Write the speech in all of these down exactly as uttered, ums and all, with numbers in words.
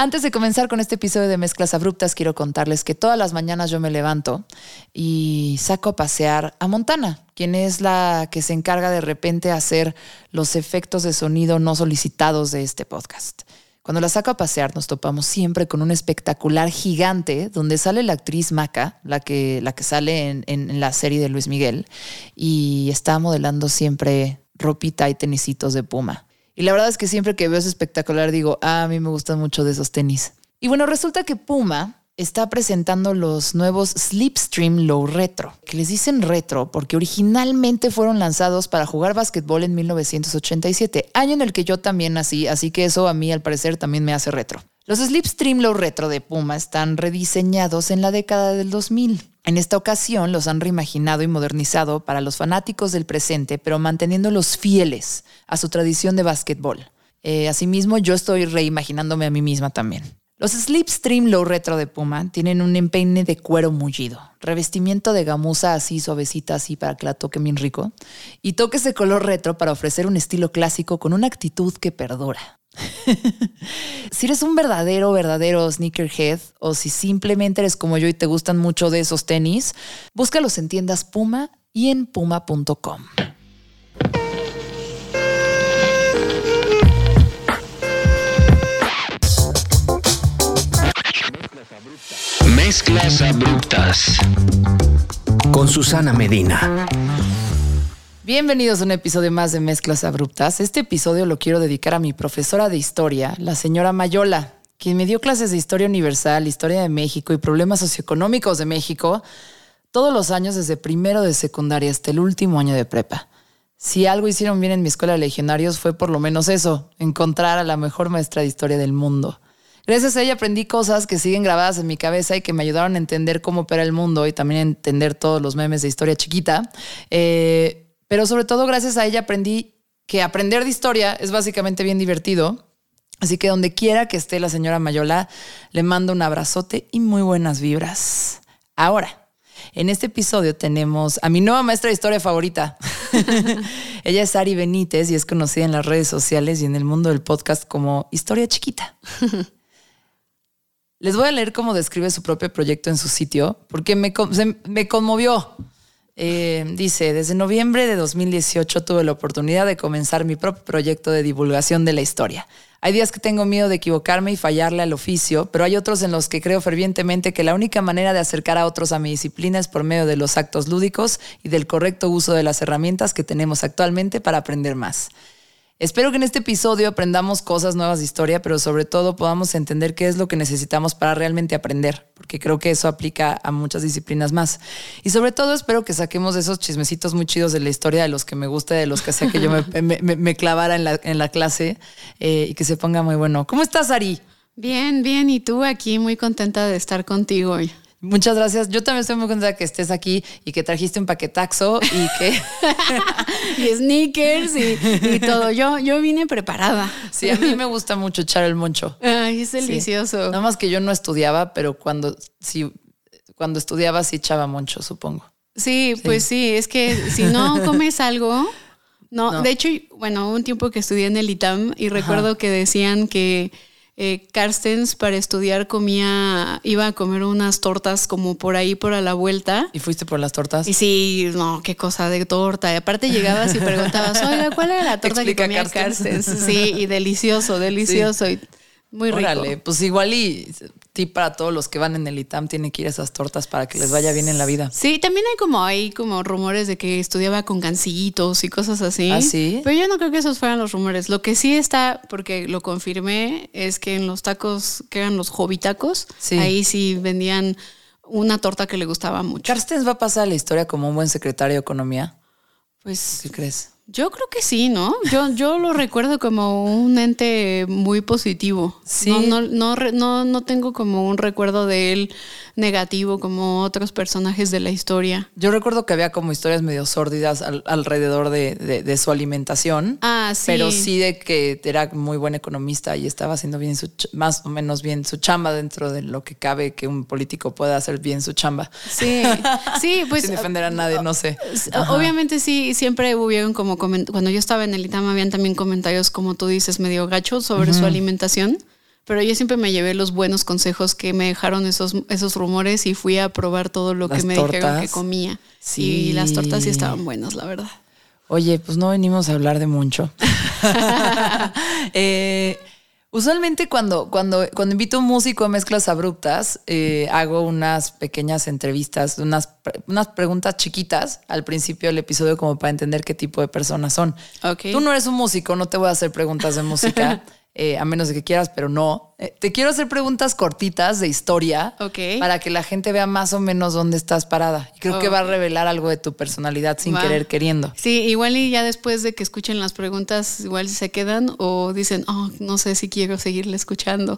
Antes de comenzar con este episodio de Mezclas Abruptas, quiero contarles que todas las mañanas yo me levanto y saco a pasear a Montana, quien es la que se encarga de repente hacer los efectos de sonido no solicitados de este podcast. Cuando la saco a pasear nos topamos siempre con un espectacular gigante donde sale la actriz Maca, la que, la que sale en, en, en la serie de Luis Miguel, y está modelando siempre ropita y tenisitos de Puma. Y la verdad es que siempre que veo ese espectacular digo, ah, a mí me gustan mucho de esos tenis. Y bueno, resulta que Puma está presentando los nuevos Slipstream Low Retro, que les dicen retro porque originalmente fueron lanzados para jugar básquetbol en mil novecientos ochenta y siete, año en el que yo también nací, así que eso a mí al parecer también me hace retro. Los Slipstream Low Retro de Puma están rediseñados en la década del dos mil. En esta ocasión los han reimaginado y modernizado para los fanáticos del presente, pero manteniéndolos fieles a su tradición de básquetbol. Eh, asimismo, yo estoy reimaginándome a mí misma también. Los Slipstream Low Retro de Puma tienen un empeine de cuero mullido, revestimiento de gamuza así suavecita así para que la toquen bien rico, y toques de color retro para ofrecer un estilo clásico con una actitud que perdura. Si eres un verdadero, verdadero sneakerhead o si simplemente eres como yo y te gustan mucho de esos tenis, búscalos en tiendas Puma y en puma punto com. Mezclas Abruptas con Susana Medina. Bienvenidos a un episodio más de Mezclas Abruptas. Este episodio lo quiero dedicar a mi profesora de historia, la señora Mayola, quien me dio clases de historia universal, historia de México y problemas socioeconómicos de México todos los años desde primero de secundaria hasta el último año de prepa. Si algo hicieron bien en mi escuela de legionarios fue por lo menos eso, encontrar a la mejor maestra de historia del mundo. Gracias a ella aprendí cosas que siguen grabadas en mi cabeza y que me ayudaron a entender cómo opera el mundo y también a entender todos los memes de historia chiquita. Eh... Pero sobre todo gracias a ella aprendí que aprender de historia es básicamente bien divertido. Así que donde quiera que esté la señora Mayola, le mando un abrazote y muy buenas vibras. Ahora, en este episodio tenemos a mi nueva maestra de historia favorita. Ella es Ari Benítez y es conocida en las redes sociales y en el mundo del podcast como Historia Chiquita. Les voy a leer cómo describe su propio proyecto en su sitio porque me, se, me conmovió. Eh, dice, desde noviembre de dos mil dieciocho tuve la oportunidad de comenzar mi propio proyecto de divulgación de la historia. Hay días que tengo miedo de equivocarme y fallarle al oficio, pero hay otros en los que creo fervientemente que la única manera de acercar a otros a mi disciplina es por medio de los actos lúdicos y del correcto uso de las herramientas que tenemos actualmente para aprender más. Espero que en este episodio aprendamos cosas nuevas de historia, pero sobre todo podamos entender qué es lo que necesitamos para realmente aprender, porque creo que eso aplica a muchas disciplinas más. Y sobre todo espero que saquemos esos chismecitos muy chidos de la historia, de los que me gusta, de los que hacía que yo me, me, me, me clavara en la, en la clase eh, y que se ponga muy bueno. ¿Cómo estás, Ari? Bien, bien. Y tú aquí muy contenta de estar contigo hoy. Muchas gracias. Yo también estoy muy contenta de que estés aquí y que trajiste un paquetaxo y que... y sneakers y, y todo. Yo, yo vine preparada. Sí, a mí me gusta mucho echar el moncho. Ay, es delicioso. Sí. Nada más que yo no estudiaba, pero cuando, sí, cuando estudiaba sí echaba moncho, supongo. Sí, sí, pues sí. Es que si no comes algo... No, no. De hecho, bueno, un tiempo que estudié en el I T A M y recuerdo Ajá. que decían que... Eh, Carstens para estudiar comía, iba a comer unas tortas como por ahí, por a la vuelta. ¿Y fuiste por las tortas? Y sí, no, qué cosa de torta. Y aparte llegabas y preguntabas, oiga, ¿cuál era la torta que comía Carstens? Carstens? Sí, y delicioso, delicioso. Sí. Y muy rico. Órale, pues igual y tip para todos los que van en el I T A M tienen que ir a esas tortas para que les vaya bien en la vida. Sí, también hay como hay como rumores de que estudiaba con gancitos y cosas así. ¿Ah, sí? Pero yo no creo que esos fueran los rumores. Lo que sí está, porque lo confirmé, es que en los tacos que eran los Jovitacos, sí. Ahí sí vendían una torta que le gustaba mucho. ¿Carstens va a pasar a la historia como un buen secretario de Economía? Pues, ¿qué crees? Yo creo que sí, ¿no? Yo, yo lo recuerdo como un ente muy positivo. Sí. No, no, no, no, no tengo como un recuerdo de él negativo como otros personajes de la historia. Yo recuerdo que había como historias medio sórdidas al, alrededor de, de, de su alimentación. Ah, sí. Pero sí de que era muy buen economista y estaba haciendo bien su, más o menos bien su chamba dentro de lo que cabe que un político pueda hacer bien su chamba. Sí, sí, pues. Sin defender a nadie, no sé. Ajá. Obviamente sí, siempre hubieron como coment- cuando yo estaba en el I T A M habían también comentarios, como tú dices, medio gachos sobre uh-huh. su alimentación. Pero yo siempre me llevé los buenos consejos que me dejaron esos, esos rumores y fui a probar todo lo las que me tortas. dijeron que comía. Sí. Y las tortas sí estaban buenas, la verdad. Oye, pues no venimos a hablar de mucho. eh, usualmente cuando, cuando, cuando invito a un músico a Mezclas Abruptas, eh, hago unas pequeñas entrevistas, unas, unas preguntas chiquitas al principio del episodio como para entender qué tipo de personas son. Okay. Tú no eres un músico, no te voy a hacer preguntas de música. Eh, a menos de que quieras, pero no. Eh, te quiero hacer preguntas cortitas de historia okay. para que la gente vea más o menos dónde estás parada. Y creo okay. que va a revelar algo de tu personalidad sin va. querer queriendo. Sí, igual y ya después de que escuchen las preguntas, igual se quedan o dicen, oh, no sé si quiero seguirle escuchando.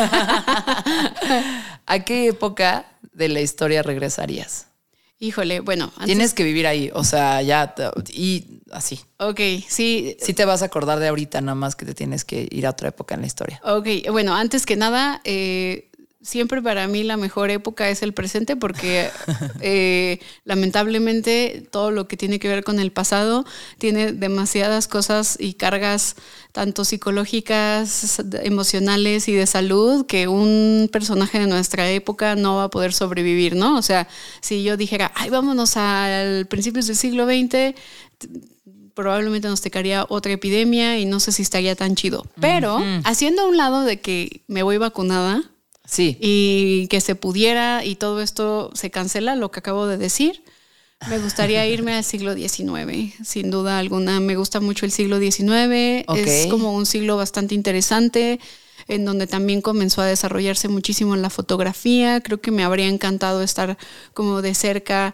¿A qué época de la historia regresarías? Híjole, bueno. Antes... Tienes que vivir ahí, o sea, ya, y así. Ok, sí. Sí te vas a acordar de ahorita, nada más que te tienes que ir a otra época en la historia. Ok, bueno, antes que nada, eh, siempre para mí la mejor época es el presente porque eh, lamentablemente todo lo que tiene que ver con el pasado tiene demasiadas cosas y cargas tanto psicológicas, emocionales y de salud que un personaje de nuestra época no va a poder sobrevivir, ¿no? O sea, si yo dijera, ay, vámonos al principios del siglo veinte, probablemente nos tocaría otra epidemia y no sé si estaría tan chido. Pero uh-huh. haciendo a un lado de que me voy vacunada, sí, y que se pudiera y todo esto se cancela, lo que acabo de decir, me gustaría irme al siglo diecinueve, sin duda alguna. Me gusta mucho el siglo diecinueve, okay. Es como un siglo bastante interesante, en donde también comenzó a desarrollarse muchísimo la fotografía. Creo que me habría encantado estar como de cerca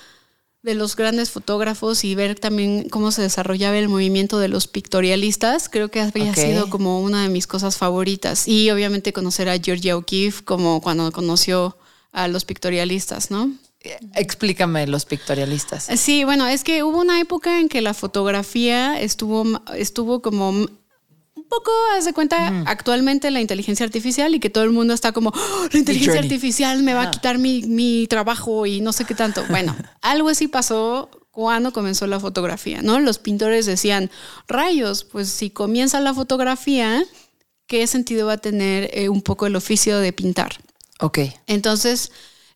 de los grandes fotógrafos y ver también cómo se desarrollaba el movimiento de los pictorialistas. Creo que habría okay. sido como una de mis cosas favoritas. Y obviamente conocer a Georgia O'Keeffe como cuando conoció a los pictorialistas, ¿no? Explícame los pictorialistas. Sí, bueno, es que hubo una época en que la fotografía estuvo, estuvo como... un poco, haz de cuenta, uh-huh. actualmente la inteligencia artificial y que todo el mundo está como, oh, la inteligencia artificial me va a quitar mi, mi trabajo y no sé qué tanto. Bueno, algo así pasó cuando comenzó la fotografía, ¿no? Los pintores decían, rayos, pues si comienza la fotografía, ¿qué sentido va a tener eh, un poco el oficio de pintar? Ok. Entonces,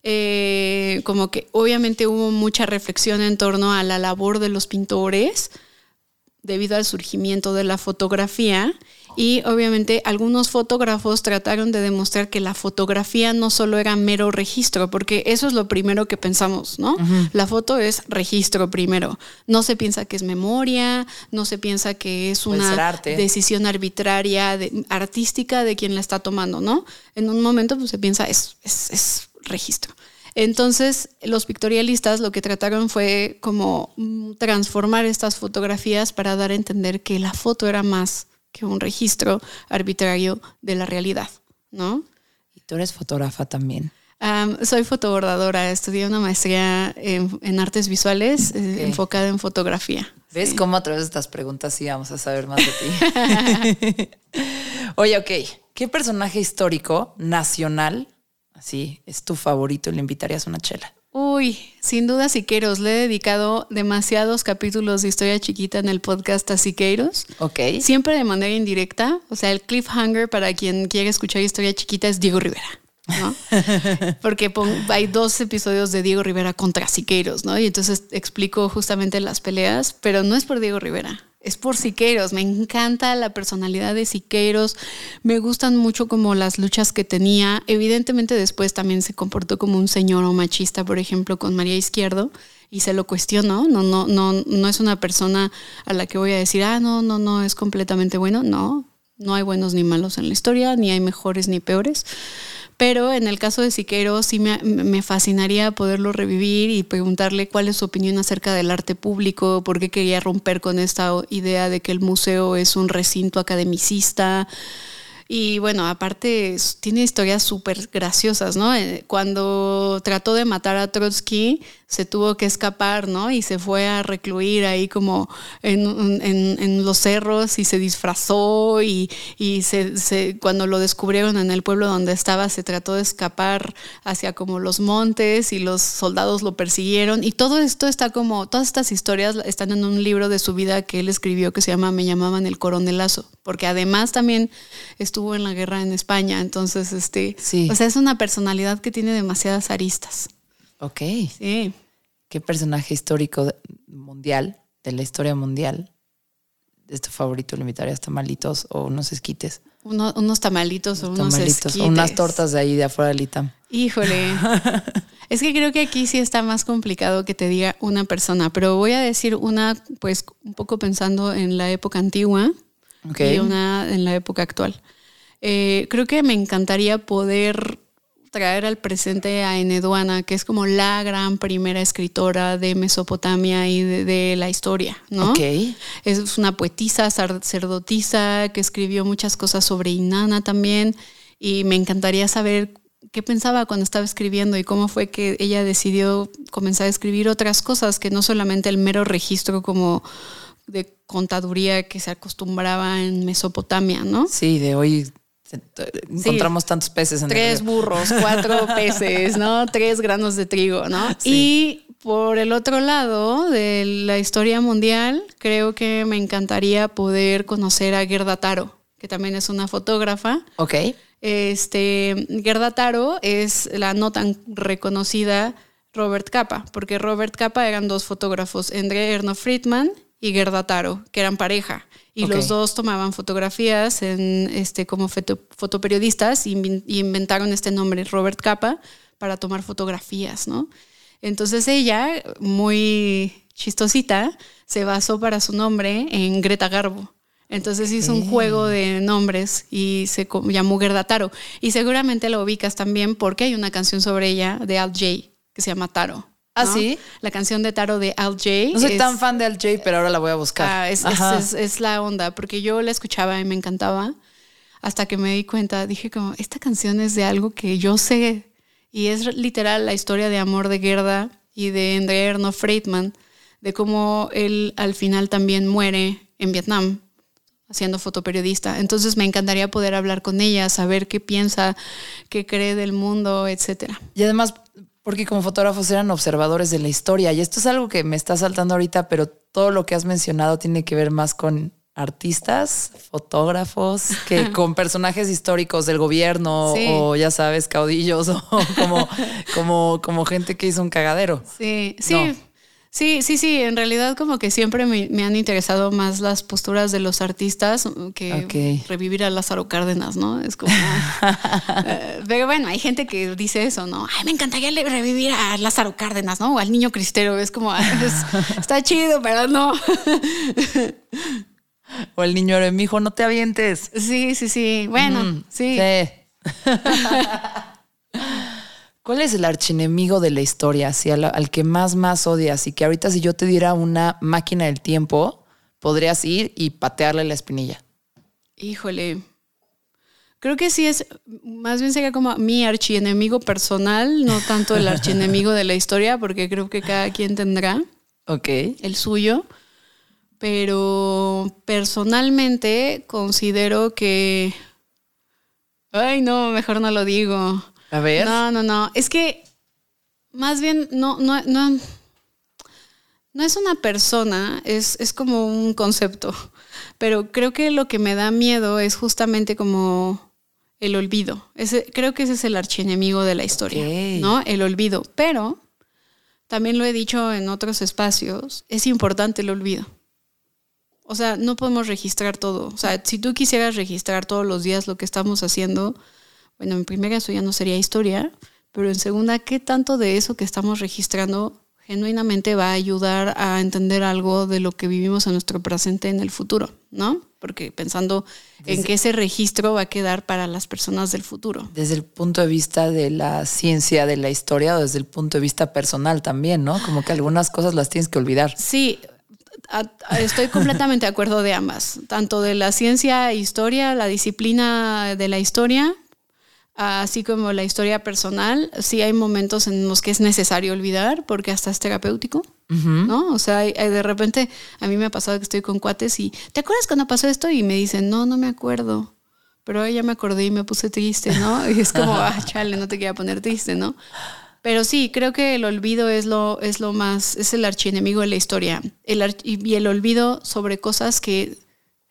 eh, como que obviamente hubo mucha reflexión en torno a la labor de los pintores debido al surgimiento de la fotografía y obviamente algunos fotógrafos trataron de demostrar que la fotografía no solo era mero registro, porque eso es lo primero que pensamos, ¿no? Uh-huh. La foto es registro primero. No se piensa que es memoria, no se piensa que es una decisión arbitraria, de, artística de quien la está tomando, ¿no? En un momento pues, se piensa es, es, es registro. Entonces, los pictorialistas lo que trataron fue como transformar estas fotografías para dar a entender que la foto era más que un registro arbitrario de la realidad, ¿no? ¿Y tú eres fotógrafa también? Um, soy fotobordadora, estudié una maestría en, en artes visuales okay. eh, enfocada en fotografía. ¿Ves sí. cómo a través de estas preguntas sí vamos a saber más de ti? Oye, ok, ¿qué personaje histórico nacional así es tu favorito y le invitarías una chela? Uy, sin duda Siqueiros. Le he dedicado demasiados capítulos de Historia Chiquita en el podcast a Siqueiros. Ok. Siempre de manera indirecta. O sea, el cliffhanger para quien quiera escuchar Historia Chiquita es Diego Rivera, ¿no? Porque hay dos episodios de Diego Rivera contra Siqueiros, ¿no? Y entonces explico justamente las peleas, pero no es por Diego Rivera. Es por Siqueiros. Me encanta la personalidad de Siqueiros. Me gustan mucho como las luchas que tenía. Evidentemente después también se comportó como un señor o machista, por ejemplo, con María Izquierdo. Y se lo cuestiono. No, no, no, no es una persona a la que voy a decir, ah, no, no, no, es completamente bueno. No, no hay buenos ni malos en la historia, ni hay mejores ni peores. Pero en el caso de Siqueiros sí me, me fascinaría poderlo revivir y preguntarle cuál es su opinión acerca del arte público, por qué quería romper con esta idea de que el museo es un recinto academicista. Y bueno, aparte tiene historias súper graciosas, ¿no? Cuando trató de matar a Trotsky, se tuvo que escapar, ¿no? Y se fue a recluir ahí como en, en, en los cerros y se disfrazó y, y se, se, cuando lo descubrieron en el pueblo donde estaba, se trató de escapar hacia como los montes y los soldados lo persiguieron. Y todo esto está como, todas estas historias están en un libro de su vida que él escribió que se llama Me llamaban el coronelazo, porque además también estuvo estuvo en la guerra en España. Entonces, este, sí. o sea, es una personalidad que tiene demasiadas aristas. Ok. Sí. ¿Qué personaje histórico mundial, de la historia mundial, es tu favorito? ¿Le invitarías tamalitos o unos esquites? Uno, unos tamalitos o unos tamalitos, esquites. o unas tortas de ahí de afuera del ITAM. Híjole. Es que creo que aquí sí está más complicado que te diga una persona, pero voy a decir una, pues, un poco pensando en la época antigua okay. y una en la época actual. Eh, creo que me encantaría poder traer al presente a Enheduanna, que es como la gran primera escritora de Mesopotamia y de, de la historia, ¿no? Okay. Es una poetisa, sacerdotisa, que escribió muchas cosas sobre Inanna también, y me encantaría saber qué pensaba cuando estaba escribiendo y cómo fue que ella decidió comenzar a escribir otras cosas que no solamente el mero registro como de contaduría que se acostumbraba en Mesopotamia, ¿no? Sí, de hoy encontramos sí, tantos peces en tres el río. burros, cuatro peces, ¿no? Tres granos de trigo, ¿no? Sí. Y por el otro lado de la historia mundial, creo que me encantaría poder conocer a Gerda Taro, que también es una fotógrafa. Ok. Este, Gerda Taro es la no tan reconocida Robert Capa, porque Robert Capa eran dos fotógrafos, Endre Erno Friedman y Gerda Taro, que eran pareja. Y okay. los dos tomaban fotografías en, este, como foto, fotoperiodistas y inventaron este nombre, Robert Capa, para tomar fotografías, ¿no? Entonces ella, muy chistosita, se basó para su nombre en Greta Garbo. Entonces hizo un juego de nombres y se llamó Gerda Taro. Y seguramente la ubicas también porque hay una canción sobre ella de Al Jay que se llama Taro, ¿no? ¿Ah, sí? La canción de Taro de Al Jay. No soy es, tan fan de Al Jay, pero ahora la voy a buscar. Ah, es, es, es, es la onda, porque yo la escuchaba y me encantaba. Hasta que me di cuenta, dije como, esta canción es de algo que yo sé. Y es literal la historia de amor de Gerda y de Endre Erno Friedman, de cómo él al final también muere en Vietnam, siendo fotoperiodista. Entonces me encantaría poder hablar con ella, saber qué piensa, qué cree del mundo, etcétera. Y además, porque como fotógrafos eran observadores de la historia, y esto es algo que me está saltando ahorita, pero todo lo que has mencionado tiene que ver más con artistas, fotógrafos, que con personajes históricos del gobierno, sí. o ya sabes, caudillos, o como, como, como gente que hizo un cagadero. Sí, sí. No. Sí, sí, sí, en realidad como que siempre me, me han interesado más las posturas de los artistas que okay. revivir a Lázaro Cárdenas, ¿no? Es como... uh, pero bueno, hay gente que dice eso, ¿no? Ay, me encantaría revivir a Lázaro Cárdenas, ¿no? O al niño cristero, es como, es, está chido, pero no. O el niño de mi hijo, no te avientes. Sí, sí, sí, bueno, mm, sí. sí. ¿Cuál es el archienemigo de la historia, así, al, al que más, más odias? Y que ahorita si yo te diera una máquina del tiempo, podrías ir y patearle la espinilla. Híjole. Creo que sí es, más bien sería como mi archienemigo personal, no tanto el archienemigo de la historia, porque creo que cada quien tendrá okay. el suyo. Pero personalmente considero que... Ay, no, mejor no lo digo. A ver. No, no, no. Es que más bien no, no, no, no es una persona, es, es como un concepto. Pero creo que lo que me da miedo es justamente como el olvido. Ese, creo que ese es el archienemigo de la historia, okay. ¿no? El olvido. Pero también lo he dicho en otros espacios, es importante el olvido. O sea, no podemos registrar todo. O sea, si tú quisieras registrar todos los días lo que estamos haciendo... Bueno, en primera eso ya no sería historia, pero en segunda, ¿qué tanto de eso que estamos registrando genuinamente va a ayudar a entender algo de lo que vivimos en nuestro presente en el futuro, ¿no? Porque pensando desde, en que ese registro va a quedar para las personas del futuro. Desde el punto de vista de la ciencia de la historia o desde el punto de vista personal también, ¿no? Como que algunas cosas las tienes que olvidar. Sí, a, a, estoy completamente de acuerdo de ambas, tanto de la ciencia e historia, la disciplina de la historia, así como la historia personal. Sí hay momentos en los que es necesario olvidar porque hasta es terapéutico, uh-huh. ¿no? O sea, hay, hay de repente a mí me ha pasado que estoy con cuates y ¿te acuerdas cuando pasó esto? Y me dicen, no, no me acuerdo, pero ya me acordé y me puse triste, ¿no? Y es como, ah, chale, no te quería poner triste, ¿no? Pero sí, creo que el olvido es lo, es lo más, es el archienemigo de la historia. El arch- y el olvido sobre cosas que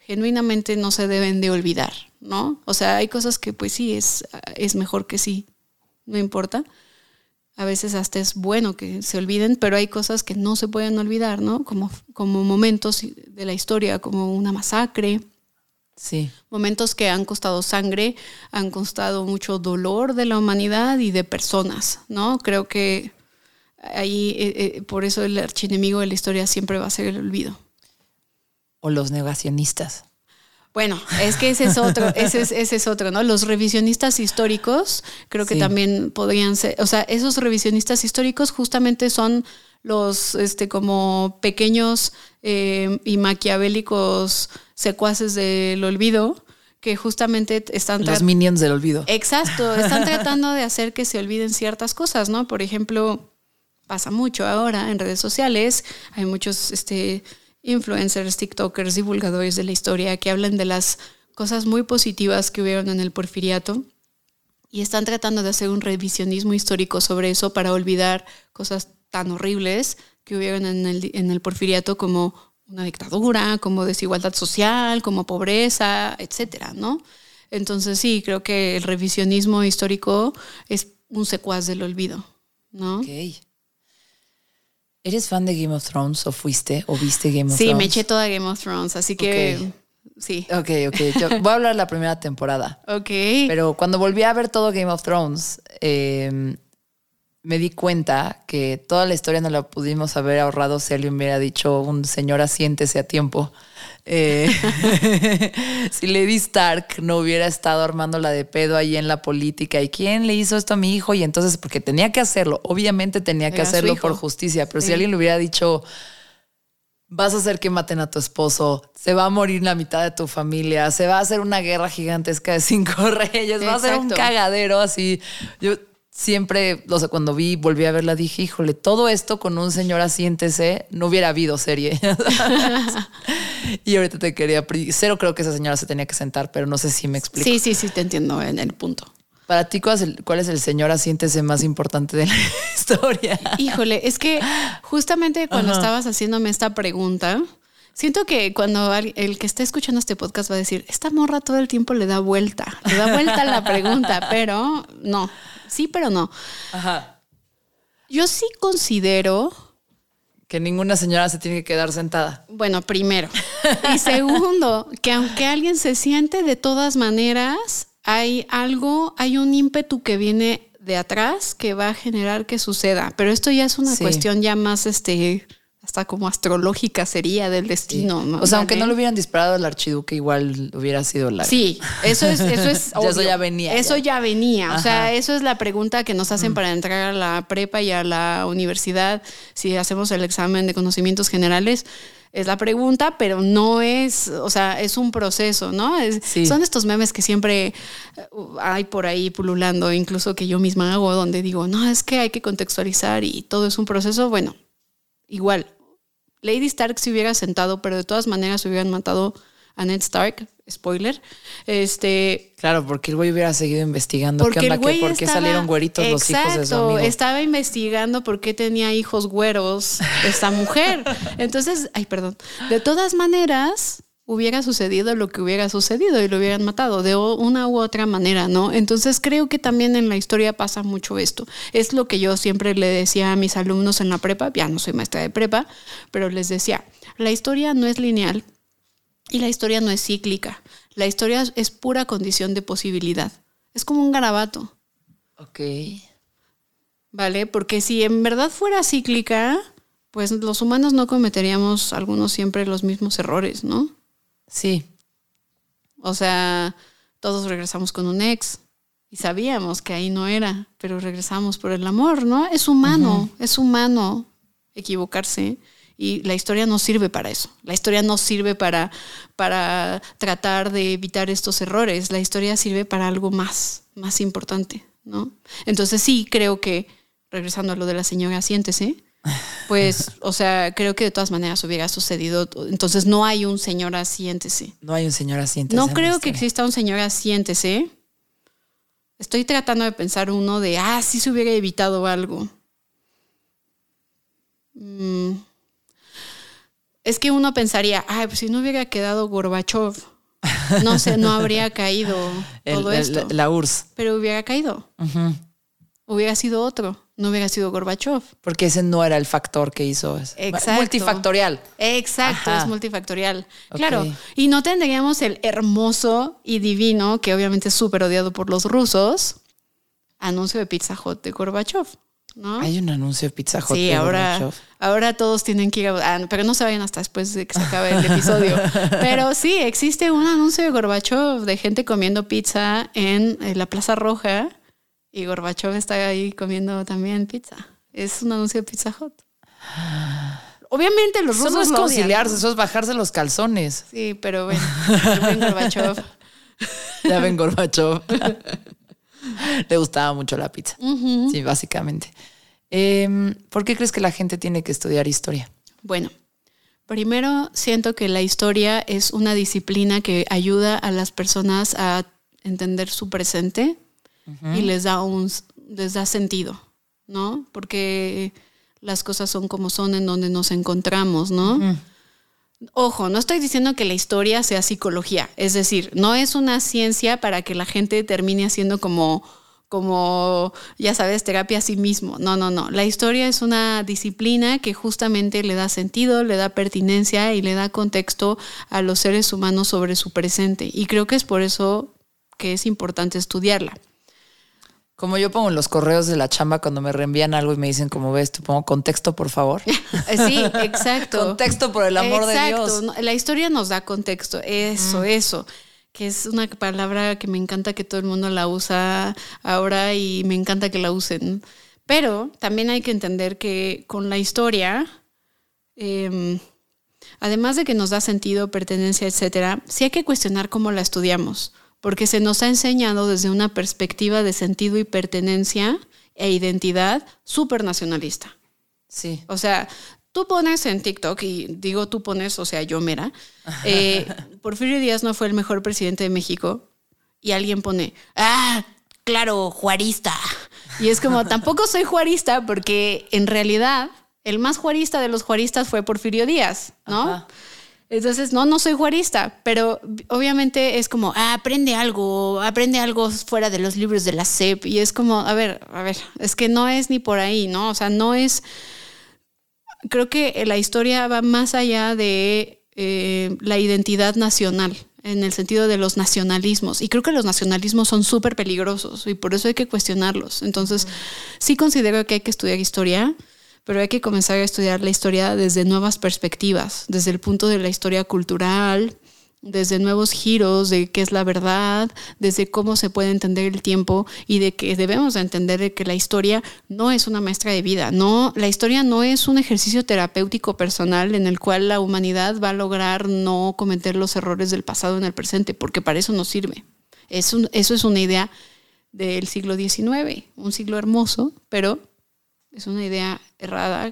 genuinamente no se deben de olvidar, ¿no? O sea, hay cosas que pues sí, es, es mejor que sí, no importa. A veces hasta es bueno que se olviden, pero hay cosas que no se pueden olvidar, ¿no? Como, como momentos de la historia, como una masacre. Sí. Momentos que han costado sangre, han costado mucho dolor de la humanidad y de personas, ¿no? Creo que ahí, eh, eh, por eso el archienemigo de la historia siempre va a ser el olvido. O los negacionistas. Bueno, es que ese es otro, ese es, ese es otro, ¿no? Los revisionistas históricos creo que Sí. también podrían ser, o sea, esos revisionistas históricos justamente son los, este, como pequeños eh, y maquiavélicos secuaces del olvido que justamente están... Los minions del olvido. Exacto, están tratando de hacer que se olviden ciertas cosas, ¿no? Por ejemplo, pasa mucho ahora en redes sociales, hay muchos... este influencers, tiktokers, divulgadores de la historia que hablan de las cosas muy positivas que hubieron en el Porfiriato y están tratando de hacer un revisionismo histórico sobre eso para olvidar cosas tan horribles que hubieron en el, en el Porfiriato, como una dictadura, como desigualdad social, como pobreza, etcétera, ¿no? Entonces sí, creo que el revisionismo histórico es un secuaz del olvido, ¿no? Ok. ¿Eres fan de Game of Thrones o fuiste o viste Game of Sí, Thrones? me eché toda Game of Thrones, así que Ok. sí. Ok, ok. Yo voy a hablar de la primera temporada. Ok. Pero cuando volví a ver todo Game of Thrones, eh, me di cuenta que toda la historia no la pudimos haber ahorrado si alguien hubiera dicho un señor asiéntese a tiempo. Eh, si Lady Stark no hubiera estado armándola de pedo ahí en la política y quién le hizo esto a mi hijo y entonces porque tenía que hacerlo, obviamente tenía que Era su hacerlo hijo. por justicia, pero Sí. si alguien le hubiera dicho vas a hacer que maten a tu esposo, se va a morir la mitad de tu familia, se va a hacer una guerra gigantesca de cinco reyes, va a ser un Exacto. cagadero así. Yo siempre, o sea, cuando vi, volví a verla, dije, híjole, todo esto con un señor asiéntese, no hubiera habido serie. Y ahorita te quería, cero creo que esa señora se tenía que sentar, pero no sé si me explico. Sí, sí, sí, te entiendo en el punto. Para ti, ¿cuál es el, cuál es el señor asiéntese más importante de la historia? Híjole, es que justamente cuando Ajá. estabas haciéndome esta pregunta, siento que cuando al- el que esté escuchando este podcast va a decir, esta morra todo el tiempo le da vuelta, le da vuelta a la pregunta, pero no, sí, pero no. Ajá. Yo sí considero, Que ninguna señora se tiene que quedar sentada. bueno, primero, y segundo, que aunque alguien se siente, de todas maneras, hay algo, hay un ímpetu que viene de atrás que va a generar que suceda. Pero esto ya es una Sí. cuestión ya más, este, hasta como astrológica sería del destino, ¿no? O sea, aunque ¿Vale? no le hubieran disparado al archiduque, igual hubiera sido la... Sí, eso es, eso es Ya eso obvio. ya venía, Eso ya. ya venía. O sea, Ajá. eso es la pregunta que nos hacen para entrar a la prepa y a la universidad. Si hacemos el examen de conocimientos generales, es la pregunta, pero no es, o sea, es un proceso, ¿no? Es, Sí. Son estos memes que siempre uh, hay por ahí pululando, incluso que yo misma hago, donde digo, no, es que hay que contextualizar y todo es un proceso. Bueno, igual, Lady Stark se hubiera sentado, pero de todas maneras se hubieran matado a Ned Stark, spoiler. Este, Claro, porque el güey hubiera seguido investigando. porque ¿Qué onda? el güey ¿Qué? ¿Por qué estaba- salieron güeritos los hijos de su Exacto, amigo? estaba investigando por qué tenía hijos güeros esta mujer. Entonces, ay, perdón. De todas maneras, hubiera sucedido lo que hubiera sucedido y lo hubieran matado de o- una u otra manera, ¿no? Entonces creo que también en la historia pasa mucho esto. Es lo que yo siempre le decía a mis alumnos en la prepa, ya no soy maestra de prepa, pero les decía, la historia no es lineal y la historia no es cíclica. La historia es pura condición de posibilidad. Es como un garabato. Ok. ¿Vale? Porque si en verdad fuera cíclica, pues los humanos no cometeríamos algunos siempre los mismos errores, ¿no? Sí. O sea, todos regresamos con un ex y sabíamos que ahí no era, pero regresamos por el amor, ¿no? Es humano, uh-huh. es humano equivocarse y la historia no sirve para eso. La historia no sirve para, para tratar de evitar estos errores. La historia sirve para algo más, más importante, ¿no? Entonces sí, creo que regresando a lo de la señora, siéntese, pues, o sea, creo que de todas maneras hubiera sucedido. Entonces no hay un señora, siéntese. No hay un señora, siéntese. No creo que exista un señora, siéntese. Estoy tratando de pensar uno de, ah, sí se hubiera evitado algo. Mm. es que uno pensaría, ay, pues si no hubiera quedado Gorbachev, no sé, no habría caído todo el, esto. El, la U R S S. Pero hubiera caído. Uh-huh. Hubiera sido otro. No hubiera sido Gorbachev. Porque ese no era el factor que hizo eso. Exacto. Multifactorial. Exacto, Ajá. es multifactorial. Okay. Claro. Y no tendríamos el hermoso y divino, que obviamente es súper odiado por los rusos, anuncio de Pizza Hut de Gorbachev, ¿no? Hay un anuncio de Pizza Hut sí, de ahora, Gorbachev. ahora todos tienen que ir a... Ah, pero no se vayan hasta después de que se acabe el episodio. Pero sí, existe un anuncio de Gorbachev de gente comiendo pizza en, en la Plaza Roja. Y Gorbachev está ahí comiendo también pizza. Es un anuncio de Pizza Hut. Obviamente los rusos Eso no es lo odian, conciliarse, ¿no? Eso es bajarse los calzones. Sí, pero bueno, el buen Gorbachev. Ya ven, Gorbachev. Le gustaba mucho la pizza. Uh-huh. Sí, básicamente. Eh, ¿Por qué crees que la gente tiene que estudiar historia? Bueno, primero siento que la historia es una disciplina que ayuda a las personas a entender su presente. Uh-huh. Y les da un les da sentido, ¿no? Porque las cosas son como son en donde nos encontramos, ¿no? Uh-huh. Ojo, no estoy diciendo que la historia sea psicología, es decir, no es una ciencia para que la gente termine haciendo como, como ya sabes, terapia a sí mismo. No, no, no. La historia es una disciplina que justamente le da sentido, le da pertinencia y le da contexto a los seres humanos sobre su presente. Y creo que es por eso que es importante estudiarla. Como yo pongo en los correos de la chamba cuando me reenvían algo y me dicen, como ves, te pongo contexto, por favor. Sí, exacto. Contexto, por el amor exacto. de Dios. La historia nos da contexto, eso, mm. eso. Que es una palabra que me encanta que todo el mundo la usa ahora y me encanta que la usen. Pero también hay que entender que con la historia, eh, además de que nos da sentido, pertenencia, etcétera, sí hay que cuestionar cómo la estudiamos. Porque se nos ha enseñado desde una perspectiva de sentido y pertenencia e identidad súper nacionalista. Sí. O sea, tú pones en TikTok, y digo tú pones, o sea, yo mera, eh, Porfirio Díaz no fue el mejor presidente de México, y alguien pone, ah, claro, juarista. Y es como, tampoco soy juarista, porque en realidad el más juarista de los juaristas fue Porfirio Díaz, ¿no? Ajá. Entonces, no, no soy juarista, pero obviamente es como, ah, aprende algo, aprende algo fuera de los libros de la S E P. Y es como, a ver, a ver, es que no es ni por ahí, ¿no? O sea, no es... Creo que la historia va más allá de eh, la identidad nacional, en el sentido de los nacionalismos. Y creo que los nacionalismos son súper peligrosos y por eso hay que cuestionarlos. Entonces, uh-huh. sí considero que hay que estudiar historia, pero hay que comenzar a estudiar la historia desde nuevas perspectivas, desde el punto de la historia cultural, desde nuevos giros de qué es la verdad, desde cómo se puede entender el tiempo y de que debemos de entender que la historia no es una maestra de vida. No, la historia no es un ejercicio terapéutico personal en el cual la humanidad va a lograr no cometer los errores del pasado en el presente, porque para eso no sirve. Es un, eso es una idea del siglo diecinueve, un siglo hermoso, pero es una idea errada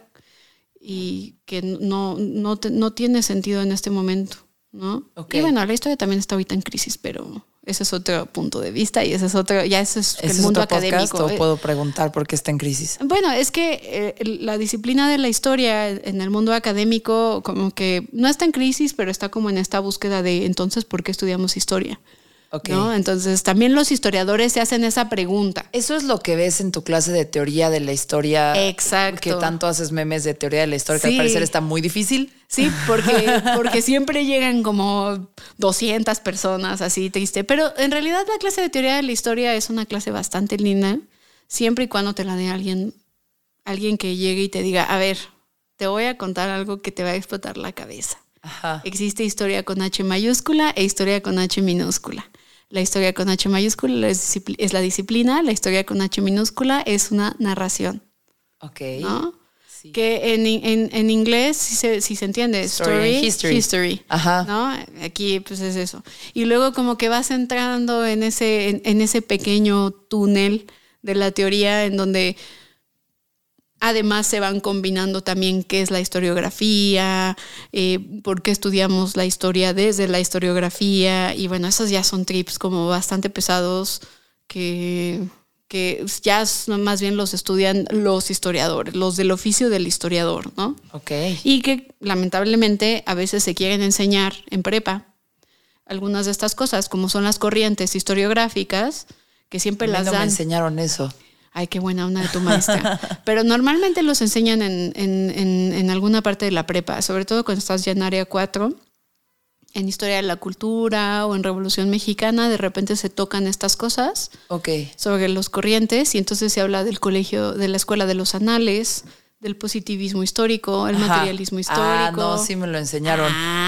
y que no, no, te, no tiene sentido en este momento, ¿no? Okay. Y bueno, la historia también está ahorita en crisis, pero ese es otro punto de vista y ese es otro, ya ese es ¿Ese el mundo es otro académico. Podcast, ¿o puedo preguntar por qué está en crisis? Bueno, es que eh, la disciplina de la historia en el mundo académico como que no está en crisis, pero está como en esta búsqueda de entonces, ¿por qué estudiamos historia? Okay. ¿No? Entonces también los historiadores se hacen esa pregunta. Eso es lo que ves en tu clase de teoría de la historia. Exacto. Que tanto haces memes de teoría de la historia, sí. Que al parecer está muy difícil. Sí, porque, porque siempre llegan como doscientas personas así triste. Pero en realidad la clase de teoría de la historia es una clase bastante linda, siempre y cuando te la dé alguien, alguien que llegue y te diga, a ver, te voy a contar algo que te va a explotar la cabeza. Ajá. Existe historia con H mayúscula e historia con H minúscula. La historia con H mayúscula es, es la disciplina, la historia con H minúscula es una narración. Ok. ¿No? Sí. Que en, en, en inglés sí se, sí se entiende. Story, Story history. history. Ajá. ¿No? Aquí pues es eso. Y luego como que vas entrando en ese, en, en ese pequeño túnel de la teoría en donde además se van combinando también qué es la historiografía, eh, por qué estudiamos la historia desde la historiografía. Y bueno, esos ya son trips como bastante pesados que, que ya más bien los estudian los historiadores, los del oficio del historiador, ¿no? Ok. Y que lamentablemente a veces se quieren enseñar en prepa algunas de estas cosas, como son las corrientes historiográficas, que siempre las no dan. Me enseñaron eso. Ay, qué buena una de tu maestra. Pero normalmente los enseñan en, en, en, en alguna parte de la prepa, sobre todo cuando estás ya en área cuatro, en historia de la cultura o en Revolución Mexicana, de repente se tocan estas cosas okay. sobre los corrientes y entonces se habla del colegio, de la escuela de los anales, del positivismo histórico, el Ajá. materialismo histórico. Ah, no, sí me lo enseñaron.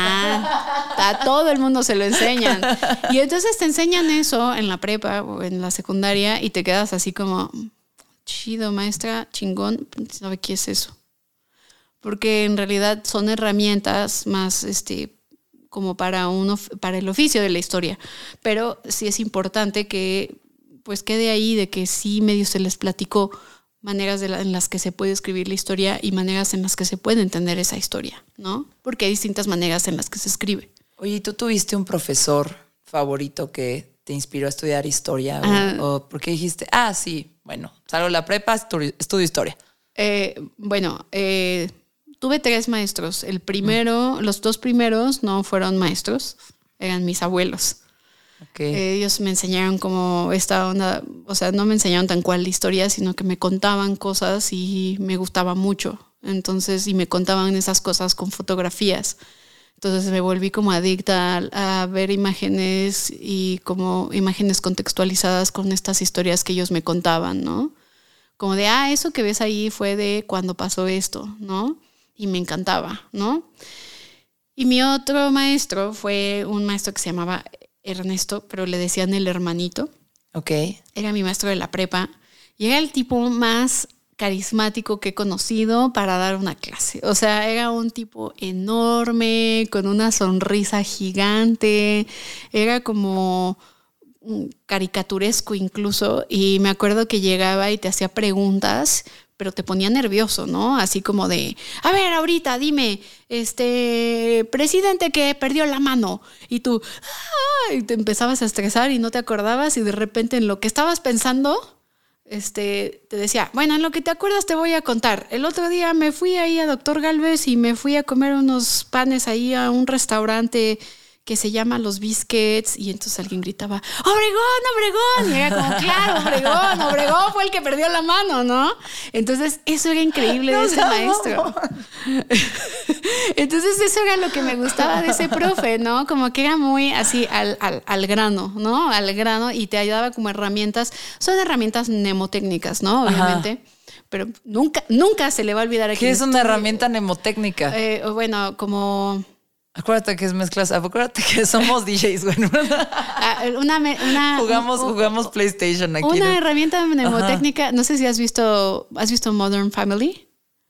Ah, a todo el mundo se lo enseñan. Y entonces te enseñan eso en la prepa o en la secundaria y te quedas así como, chido, maestra, chingón, ¿sabe qué es eso? Porque en realidad son herramientas más, este, como para, un, para el oficio de la historia. Pero sí es importante que pues quede ahí de que sí medio se les platicó maneras de la, en las que se puede escribir la historia y maneras en las que se puede entender esa historia, ¿no? Porque hay distintas maneras en las que se escribe. Oye, ¿tú tuviste un profesor favorito que te inspiró a estudiar historia? Ah. O, o por qué dijiste, ah, sí, bueno, salgo de la prepa, estudio, estudio historia? Eh, bueno, eh, tuve tres maestros. El primero, mm. los dos primeros no fueron maestros, eran mis abuelos. Okay. Eh, ellos me enseñaron como esta onda, o sea, no me enseñaron tan cual la historia, sino que me contaban cosas y me gustaba mucho. Entonces, y me contaban esas cosas con fotografías. Entonces me volví como adicta a, a ver imágenes y como imágenes contextualizadas con estas historias que ellos me contaban, ¿no? Como de, ah, eso que ves ahí fue de cuando pasó esto, ¿no? Y me encantaba, ¿no? Y mi otro maestro fue un maestro que se llamaba Ernesto, pero le decían el hermanito. Ok. Era mi maestro de la prepa y era el tipo más carismático que he conocido para dar una clase. O sea, era un tipo enorme, con una sonrisa gigante, era como caricaturesco incluso, y me acuerdo que llegaba y te hacía preguntas, pero te ponía nervioso, ¿no? Así como de, a ver, ahorita dime, este, presidente que perdió la mano, y tú, ¡ah! Y te empezabas a estresar y no te acordabas, y de repente en lo que estabas pensando, este, te decía, bueno, en lo que te acuerdas te voy a contar. El otro día me fui ahí a Doctor Galvez y me fui a comer unos panes ahí a un restaurante que se llama Los Biscuits, y entonces alguien gritaba, ¡Obregón, Obregón! Y era como, claro, Obregón, Obregón fue el que perdió la mano, ¿no? Entonces eso era increíble no, de ese no, maestro. No. Entonces eso era lo que me gustaba de ese profe, ¿no? Como que era muy así al, al, al grano, ¿no? Al grano, y te ayudaba como herramientas, son herramientas mnemotécnicas, ¿no? Obviamente. Ajá. Pero nunca, nunca se le va a olvidar a ¿Qué es una herramienta mnemotécnica? Eh, bueno, como... Acuérdate que es mezclas, acuérdate que somos D Js, bueno, ¿verdad? Una, una, jugamos, un, jugamos PlayStation aquí. Una ¿no? herramienta mnemotécnica, no sé si has visto, ¿has visto Modern Family?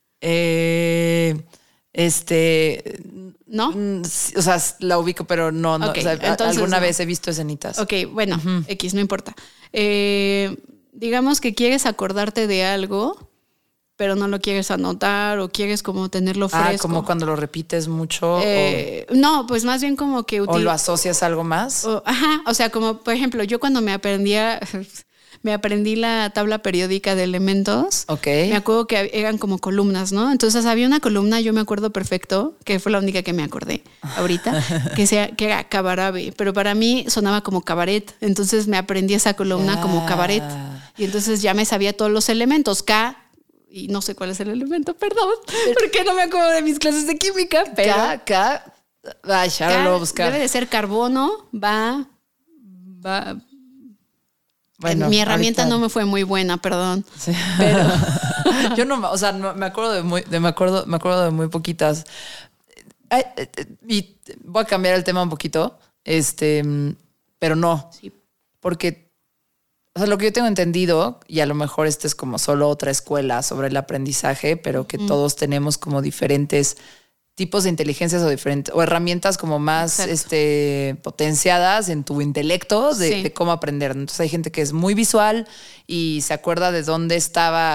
Eh, este... ¿No? O sea, la ubico, pero no, no. Okay, o sea, entonces, alguna no. vez he visto escenitas. Ok, bueno, uh-huh. X, no importa. Eh, digamos que quieres acordarte de algo, pero no lo quieres anotar o quieres como tenerlo fresco. Ah, como cuando lo repites mucho. Eh, o, no, pues más bien como que... Util- ¿O lo asocias a algo más? O, ajá, o sea, como por ejemplo, yo cuando me aprendía... me aprendí la tabla periódica de elementos. Ok. Me acuerdo que eran como columnas, ¿no? Entonces había una columna, yo me acuerdo perfecto, que fue la única que me acordé ahorita, que, sea, que era Cabarabe, pero para mí sonaba como cabaret. Entonces me aprendí esa columna yeah. como cabaret. Y entonces ya me sabía todos los elementos. K... Y no sé cuál es el elemento, perdón, porque no me acuerdo de mis clases de química, pero... K, K, ay, ya K lo voy a buscar. Debe de ser carbono, va, va... Bueno, mi herramienta ahorita... no me fue muy buena, perdón. Sí. Pero... Yo no, o sea, no, me acuerdo de muy, de, me acuerdo, me acuerdo de muy poquitas. Ay, y voy a cambiar el tema un poquito, este, pero no, sí. Porque... O sea, lo que yo tengo entendido, y a lo mejor esta es como solo otra escuela sobre el aprendizaje, pero que mm. todos tenemos como diferentes tipos de inteligencias o diferentes o herramientas como más este, potenciadas en tu intelecto de, sí. de cómo aprender. Entonces hay gente que es muy visual y se acuerda de dónde estaba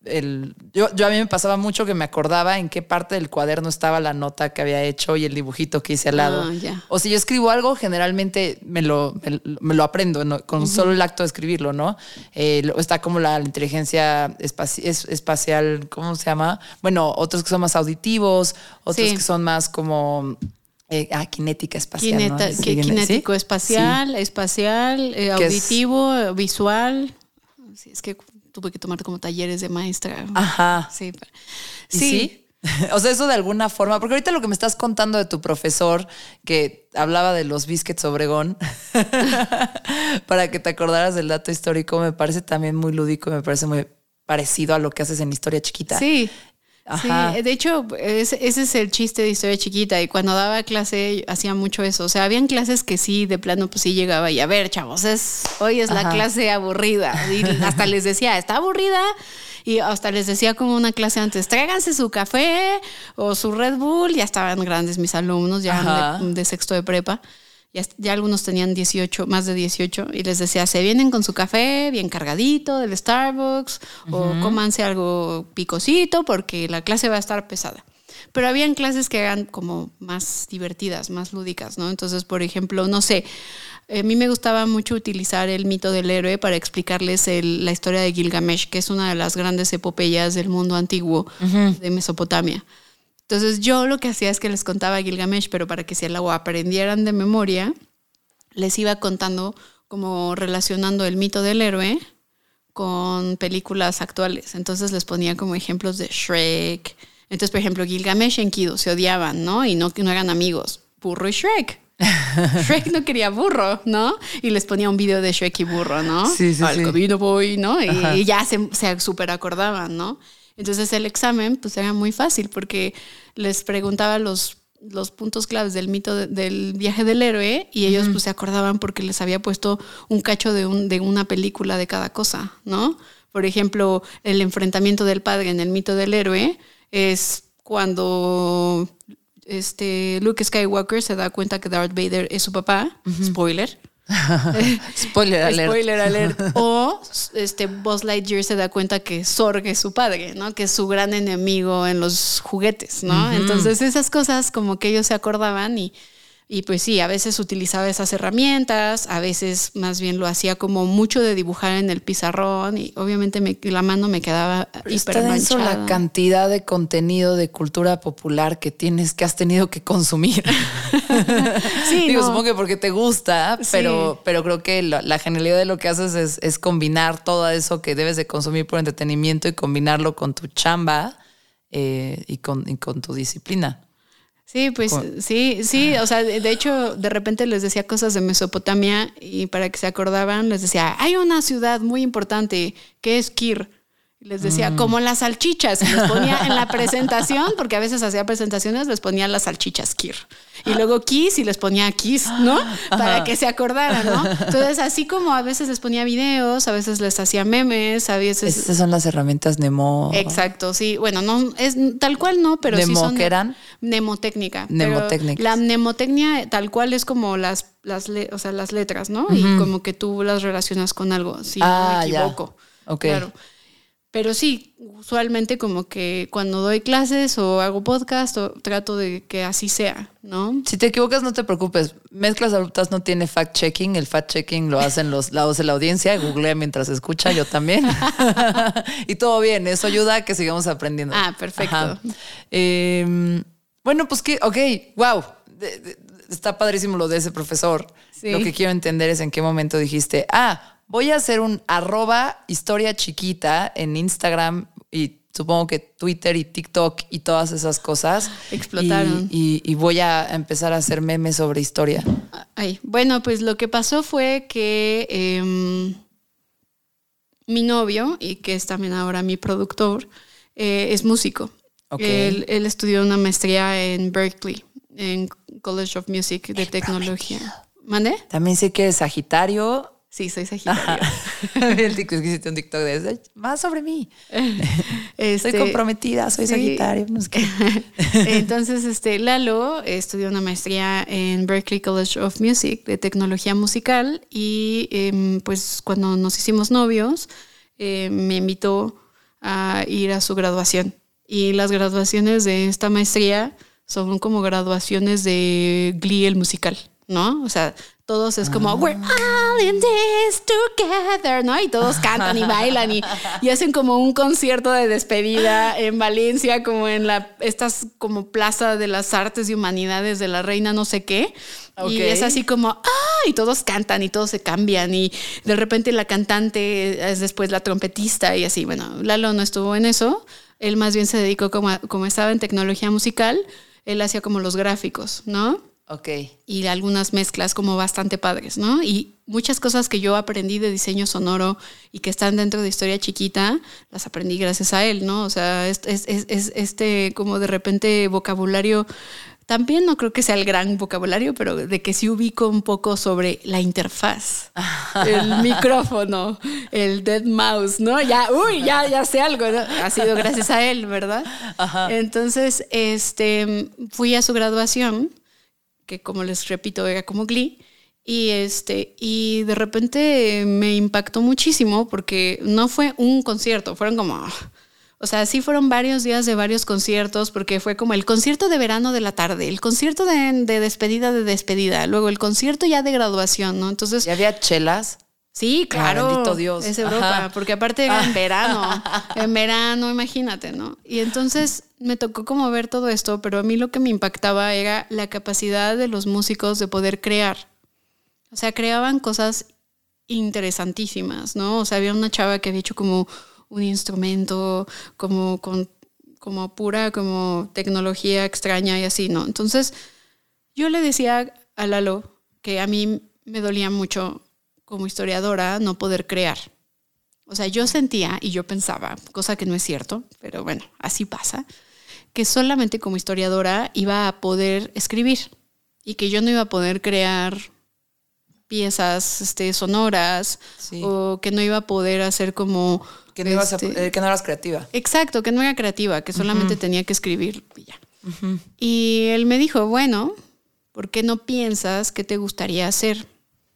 el, yo, yo a mí me pasaba mucho que me acordaba en qué parte del cuaderno estaba la nota que había hecho y el dibujito que hice al lado. Ah, yeah. O si yo escribo algo, generalmente me lo, me, me lo aprendo, ¿no? Con uh-huh. solo el acto de escribirlo, ¿no? Eh, está como la, la inteligencia espaci- es, espacial, ¿cómo se llama? Bueno, otros que son más auditivos, otros sí. que son más como... Eh, ah, kinética espacial. Kineta, ¿no? que, kinético ¿sí? espacial, sí. espacial, eh, auditivo, es? visual. Sí, es que tuve que tomar como talleres de maestra. Ajá. Sí. Sí. ¿Sí? O sea, eso de alguna forma, porque ahorita lo que me estás contando de tu profesor que hablaba de los biscuits Obregón, para que te acordaras del dato histórico, me parece también muy lúdico y me parece muy parecido a lo que haces en Historia Chiquita. Sí. Ajá. Sí, de hecho, ese, ese es el chiste de Historia Chiquita. Y cuando daba clase, hacía mucho eso. O sea, habían clases que sí, de plano, pues sí llegaba y a ver, chavos, es, hoy es Ajá. la clase aburrida. Y hasta les decía, está aburrida. Y hasta les decía como una clase antes, tráiganse su café o su Red Bull. Ya estaban grandes mis alumnos, ya de, de sexto de prepa. Ya, ya algunos tenían dieciocho, más de dieciocho, y les decía, se vienen con su café bien cargadito del Starbucks, uh-huh. o cómanse algo picosito porque la clase va a estar pesada. Pero habían clases que eran como más divertidas, más lúdicas, ¿no? Entonces, por ejemplo, no sé, a mí me gustaba mucho utilizar el mito del héroe para explicarles el, la historia de Gilgamesh, que es una de las grandes epopeyas del mundo antiguo uh-huh. de Mesopotamia. Entonces yo lo que hacía es que les contaba Gilgamesh, pero para que se lo aprendieran de memoria, les iba contando como relacionando el mito del héroe con películas actuales. Entonces les ponía como ejemplos de Shrek. Entonces, por ejemplo, Gilgamesh y Enkidu se odiaban, ¿no? Y no, no eran amigos. Burro y Shrek. Shrek no quería burro, ¿no? Y les ponía un video de Shrek y burro, ¿no? Sí, sí, Al sí. camino voy, ¿no? Y, y ya se, se súper acordaban, ¿no? Entonces el examen pues era muy fácil porque les preguntaba los, los puntos claves del mito de, del viaje del héroe y ellos uh-huh. pues se acordaban porque les había puesto un cacho de, un, de una película de cada cosa, ¿no? Por ejemplo, el enfrentamiento del padre en el mito del héroe es cuando este, Luke Skywalker se da cuenta que Darth Vader es su papá, uh-huh. spoiler. Spoiler alert. Spoiler alert. O este Buzz Lightyear se da cuenta que Zorg es su padre, ¿no? Que es su gran enemigo en los juguetes, ¿no? Uh-huh. Entonces esas cosas como que ellos se acordaban y, y pues sí, a veces utilizaba esas herramientas, a veces más bien lo hacía como mucho de dibujar en el pizarrón y obviamente me, la mano me quedaba hiper manchada. Está denso la cantidad de contenido de cultura popular que tienes, que has tenido que consumir. Sí, digo, no. Supongo que porque te gusta, pero, sí. pero creo que la, la genialidad de lo que haces es, es combinar todo eso que debes de consumir por entretenimiento y combinarlo con tu chamba eh, y, con, y con tu disciplina. Sí, pues con... sí, sí, o sea, de hecho, de repente les decía cosas de Mesopotamia y para que se acordaban les decía, hay una ciudad muy importante que es Kir. Les decía, mm. como las salchichas. Y les ponía en la presentación, porque a veces hacía presentaciones, les ponía las salchichas Kir. Y luego Kiss y les ponía Kiss, ¿no? Para Ajá. que se acordaran, ¿no? Entonces, así como a veces les ponía videos, a veces les hacía memes, a veces... Estas son las herramientas Nemo. Exacto, sí. Bueno, no es tal cual no, pero Nemo, sí son... ¿qué eran? Mnemotécnica. Mnemotécnica. La mnemotecnia tal cual es como las, las, le, o sea, las letras, ¿no? Uh-huh. Y como que tú las relacionas con algo, si ah, no me equivoco. Ya. Ok. Claro. Pero sí, usualmente como que cuando doy clases o hago podcast o trato de que así sea, ¿no? Si te equivocas, no te preocupes. Mezclas Abruptas no tiene fact-checking. El fact-checking lo hacen los lados de la audiencia. Googlea mientras escucha, yo también. Y todo bien, eso ayuda a que sigamos aprendiendo. Ah, perfecto. Eh, bueno, pues que, ok, wow. De, de, está padrísimo lo de ese profesor. Sí. Lo que quiero entender es en qué momento dijiste, ah, voy a hacer un arroba historia chiquita en Instagram y supongo que Twitter y TikTok y todas esas cosas. Explotaron. Y, y, y voy a empezar a hacer memes sobre historia. Ay, bueno, pues lo que pasó fue que eh, mi novio, y que es también ahora mi productor, eh, es músico. Okay. Él, él estudió una maestría en Berkeley, en College of Music de tecnología. ¿Mande? También sé que eres Sagitario. Sí, soy Sagitario. El TikTok, hiciste un TikTok de eso. Más sobre mí. Este, soy comprometida, soy sí. Sagitario. No sé qué. Entonces, este, Lalo estudió una maestría en Berkeley College of Music de tecnología musical y eh, pues cuando nos hicimos novios eh, me invitó a ir a su graduación. Y las graduaciones de esta maestría son como graduaciones de Glee, el musical, ¿no? O sea, todos es como, ah. we're all in this together, ¿no? Y todos cantan y bailan y, y hacen como un concierto de despedida en Valencia, como en la estas como Plaza de las Artes y Humanidades de la Reina no sé qué. Okay. Y es así como, ¡ah! Y todos cantan y todos se cambian y de repente la cantante es después la trompetista y así. Bueno, Lalo no estuvo en eso. Él más bien se dedicó como, a, como estaba en tecnología musical, él hacía como los gráficos, ¿no? Ok. Y algunas mezclas como bastante padres, ¿no? Y muchas cosas que yo aprendí de diseño sonoro y que están dentro de Historia Chiquita, las aprendí gracias a él, ¿no? O sea, es, es, es, es este como de repente vocabulario, también no creo que sea el gran vocabulario, pero de que sí ubico un poco sobre la interfaz, el micrófono, el dead mouse, ¿no? Ya, uy, ya, ya sé algo, ¿no? Ha sido gracias a él, ¿verdad? Ajá. Entonces, este, fui a su graduación, que como les repito era como Glee, y este y de repente me impactó muchísimo porque no fue un concierto, fueron como, o sea, sí fueron varios días de varios conciertos porque fue como el concierto de verano de la tarde, el concierto de, de despedida de despedida, luego el concierto ya de graduación, ¿no? Entonces, ¿y había chelas? Sí, claro. Ah, bendito Dios. Es Europa, ajá, porque aparte era en verano, en verano, imagínate, ¿no? Y entonces me tocó como ver todo esto, pero a mí lo que me impactaba era la capacidad de los músicos de poder crear. O sea, creaban cosas interesantísimas, ¿no? O sea, había una chava que había hecho como un instrumento, como con como pura como tecnología extraña y así, ¿no? Entonces, yo le decía a Lalo que a mí me dolía mucho como historiadora no poder crear. O sea, yo sentía y yo pensaba, cosa que no es cierto, pero bueno, así pasa, que solamente como historiadora iba a poder escribir y que yo no iba a poder crear piezas este, sonoras, sí, o que no iba a poder hacer como... Que no, ibas este, a, que no eras creativa. Exacto, que no era creativa, que solamente uh-huh. tenía que escribir y ya. Uh-huh. Y él me dijo, bueno, ¿por qué no piensas qué te gustaría hacer?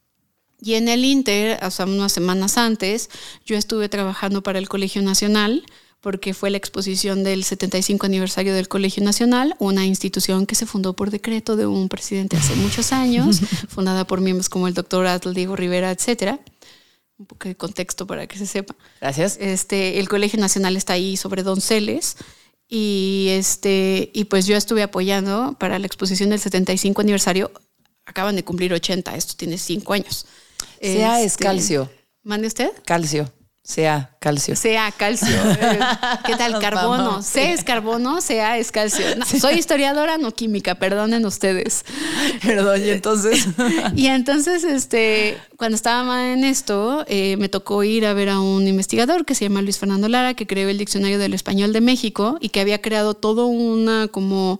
Y en el Inter, o sea, unas semanas antes, yo estuve trabajando para el Colegio Nacional, porque fue la exposición del setenta y cinco aniversario del Colegio Nacional, una institución que se fundó por decreto de un presidente hace muchos años, fundada por miembros como el doctor Atl, Diego Rivera, etcétera. Un poco de contexto para que se sepa. Gracias. Este, el Colegio Nacional está ahí sobre Donceles y, este, y pues yo estuve apoyando para la exposición del setenta y cinco aniversario. Acaban de cumplir ochenta, esto tiene cinco años. Sea Este, es calcio. ¿Mande usted? Calcio. Sea calcio. Sea calcio. ¿Qué tal? Carbono. Vamos. C es carbono, Sea es calcio. No, soy historiadora, no química, perdonen ustedes. Perdón, y entonces. Y entonces, este, cuando estaba en esto, eh, me tocó ir a ver a un investigador que se llama Luis Fernando Lara, que creó el Diccionario del Español de México y que había creado todo una como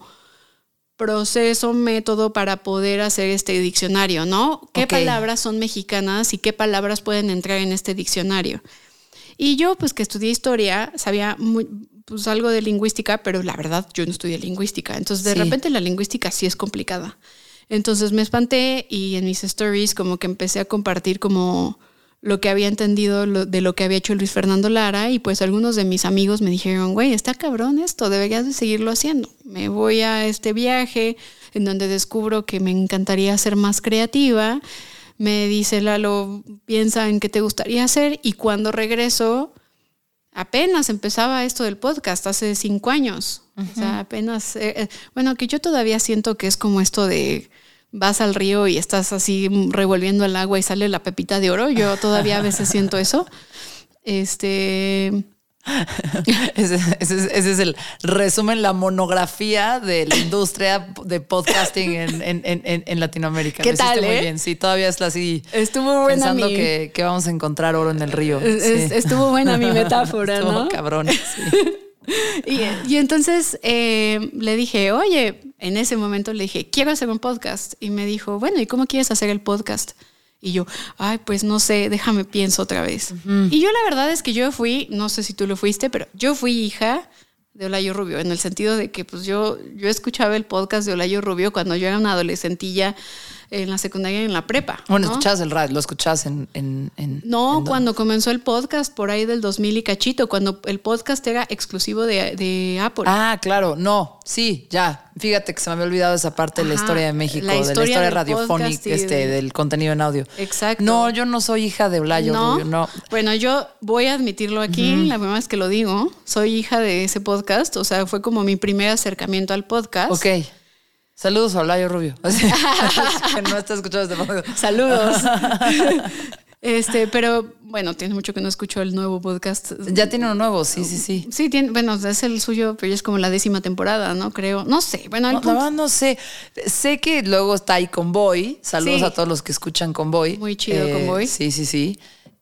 proceso, método para poder hacer este diccionario, ¿no? ¿Qué okay. palabras son mexicanas y qué palabras pueden entrar en este diccionario? Y yo, pues que estudié historia, sabía muy, pues algo de lingüística, pero la verdad yo no estudié lingüística. Entonces, de sí. repente la lingüística sí es complicada. Entonces me espanté y en mis stories como que empecé a compartir como lo que había entendido lo, de lo que había hecho Luis Fernando Lara y pues algunos de mis amigos me dijeron, güey, está cabrón esto, deberías de seguirlo haciendo. Me voy a este viaje en donde descubro que me encantaría ser más creativa. Me dice Lalo, piensa en qué te gustaría hacer y cuando regreso, apenas empezaba esto del podcast, hace cinco años. Uh-huh. O sea, apenas, eh, bueno, que yo todavía siento que es como esto de vas al río y estás así revolviendo el agua y sale la pepita de oro. Yo todavía a veces siento eso. Este... Ese, ese, ese es el resumen, la monografía de la industria de podcasting en, en, en, en Latinoamérica. ¿Qué tal, eh? Muy bien. Sí, todavía es así. Estuvo buena pensando mi... que, que vamos a encontrar oro en el río. Es, sí. Estuvo buena mi metáfora, estuvo ¿no? Cabrón. Sí. y, y entonces eh, le dije, oye, en ese momento le dije, quiero hacer un podcast. Y me dijo, bueno, ¿y cómo quieres hacer el podcast? Y yo, ay, pues no sé, déjame pienso otra vez. Uh-huh. Y yo la verdad es que yo fui, no sé si tú lo fuiste, pero yo fui hija de Olayo Rubio, en el sentido de que pues yo, yo escuchaba el podcast de Olayo Rubio cuando yo era una adolescentilla en la secundaria y en la prepa. Bueno, ¿no? escuchabas el radio, lo escuchabas en... en, en No, en cuando comenzó el podcast, por ahí del dos mil y cachito, cuando el podcast era exclusivo de, de Apple. Ah, claro, no, sí, ya. Fíjate que se me había olvidado esa parte de la Ajá, historia de México, la de historia la historia del radiofónica, podcast y este, de- del contenido en audio. Exacto. No, yo no soy hija de Olayo ¿No? Rubio, no. Bueno, yo voy a admitirlo aquí, la primera vez que lo digo, soy hija de ese podcast, o sea, fue como mi primer acercamiento al podcast. Ok. Saludos a Olayo Rubio. Así, que no está escuchando este podcast. Saludos. Este, pero bueno, tiene mucho que no escucho el nuevo podcast. Ya tiene uno nuevo, sí, sí, sí. Sí, tiene, bueno, es el suyo, pero ya es como la décima temporada, ¿no? Creo. No sé. Bueno, el No, punto- no, no sé. Sé que luego está ahí Convoy. Saludos Sí. a todos los que escuchan Convoy. Muy chido, Convoy. Sí, sí, sí.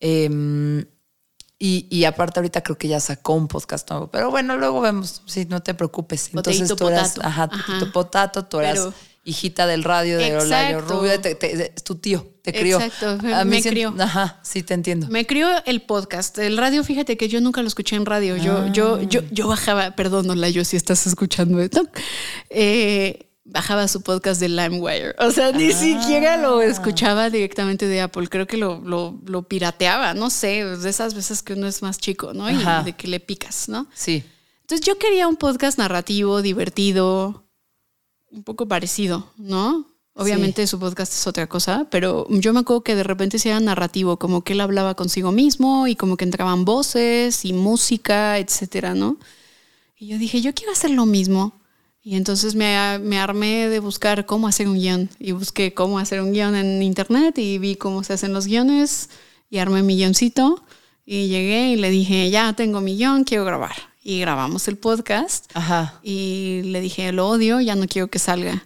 Eh, y, y aparte ahorita creo que ya sacó un podcast nuevo. Pero bueno, luego vemos. Sí, no te preocupes. Entonces Potato, tú eras, potato. ajá, Ajá. Potato, potato, tú eras Pero- hijita del radio de Olayo Exacto. Rubio. Te- te- es tu tío, te crió. Exacto, A mí me sí- crió. Ajá, sí te entiendo. Me crió el podcast. El radio, fíjate que yo nunca lo escuché en radio. Yo, Ah. yo, yo, yo bajaba, perdón, Hola, yo si estás escuchando esto. Eh, bajaba su podcast de LimeWire. O sea, ni Ah. siquiera lo escuchaba directamente de Apple. Creo que lo, lo, lo pirateaba. No sé, de esas veces que uno es más chico, ¿no? Y Ajá. de que le picas, ¿no? Sí. Entonces yo quería un podcast narrativo, divertido, un poco parecido, ¿no? Obviamente su podcast es otra cosa, pero yo me acuerdo que de repente sí era narrativo, como que él hablaba consigo mismo y como que entraban voces y música, etcétera, ¿no? Y yo dije, yo quiero hacer lo mismo. Y entonces me, me armé de buscar cómo hacer un guión. Y busqué cómo hacer un guión en internet y vi cómo se hacen los guiones y armé mi guioncito. Y llegué y le dije, ya tengo mi guión, quiero grabar. Y grabamos el podcast. Ajá. Y le dije, lo odio, ya no quiero que salga.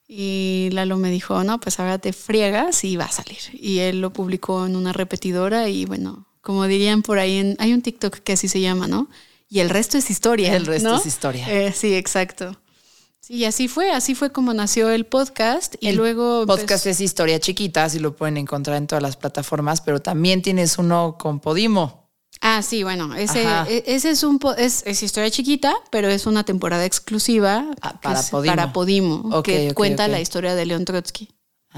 Y Lalo me dijo, no, pues ahora te friegas y va a salir. Y él lo publicó en una repetidora y bueno, como dirían por ahí, en, hay un TikTok que así se llama, ¿no? Y el resto es historia. El resto ¿no? es historia. Eh, sí, exacto. Sí, y así fue, así fue como nació el podcast. Y El luego... podcast pues, es Historia Chiquita, así lo pueden encontrar en todas las plataformas, pero también tienes uno con Podimo. Ah, sí, bueno, ese, Ajá. e- ese es un po- es, es historia chiquita, pero es una temporada exclusiva Ah, que para es Podimo. para Podimo, Ok, que ok, cuenta ok. la historia de León Trotsky.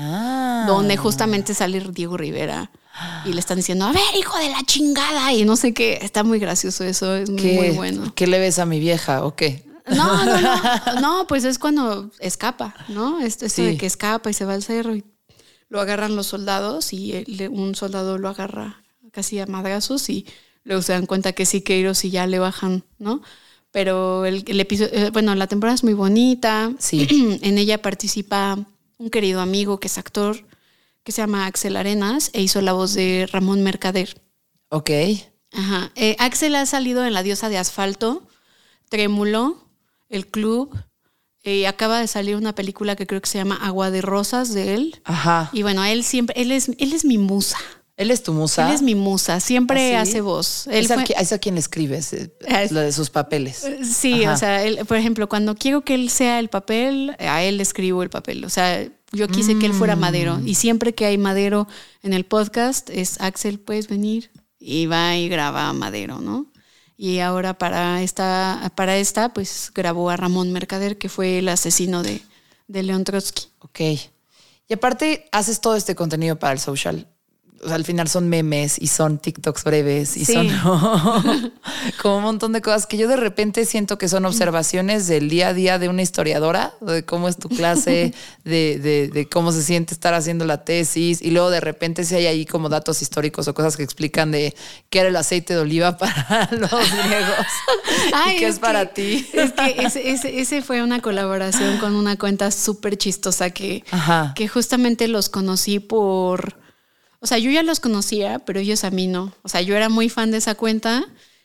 Ah. Donde justamente sale Diego Rivera y le están diciendo, a ver, hijo de la chingada, y no sé qué. Está muy gracioso eso, es muy, ¿Qué, muy bueno. ¿Qué le ves a mi vieja o qué? No, no, no, no, pues es cuando escapa, ¿no? Esto, esto Sí. de que escapa y se va al cerro y lo agarran los soldados y él- un soldado lo agarra casi a madrazos y luego se dan cuenta que sí, Queiroz y ya le bajan, ¿no? Pero el, el episodio, eh, bueno, la temporada es muy bonita. Sí. En ella participa un querido amigo que es actor, que se llama Axel Arenas e hizo la voz de Ramón Mercader. Ok. Ajá. Eh, Axel ha salido en La Diosa de Asfalto, Trémulo, El Club. Eh, acaba de salir una película que creo que se llama Agua de Rosas de él. Ajá. Y bueno, él siempre, él es, él es mi musa. ¿Él es tu musa? Él es mi musa. Siempre ¿Ah, sí? hace voz. Él ¿Es, al fue- que- es a quien le escribes, eh, Es- lo de sus papeles. Sí, Ajá. o sea, él, por ejemplo, cuando quiero que él sea el papel, a él le escribo el papel. O sea, yo quise que él fuera Madero. Y siempre que hay Madero en el podcast, es Axel, ¿puedes venir? Y va y graba a Madero, ¿no? Y ahora para esta, para esta, pues grabó a Ramón Mercader, que fue el asesino de, de León Trotsky. Ok. Y aparte, haces todo este contenido para el social. O sea, al final son memes y son TikToks breves y Sí. son como un montón de cosas que yo de repente siento que son observaciones del día a día de una historiadora, de cómo es tu clase, de, de, de cómo se siente estar haciendo la tesis y luego de repente si hay ahí como datos históricos o cosas que explican de qué era el aceite de oliva para los griegos y qué es, que- para ti. Es que ese, ese, ese fue una colaboración con una cuenta súper chistosa que, Ajá. que justamente los conocí por... O sea, yo ya los conocía, pero ellos a mí no. O sea, yo era muy fan de esa cuenta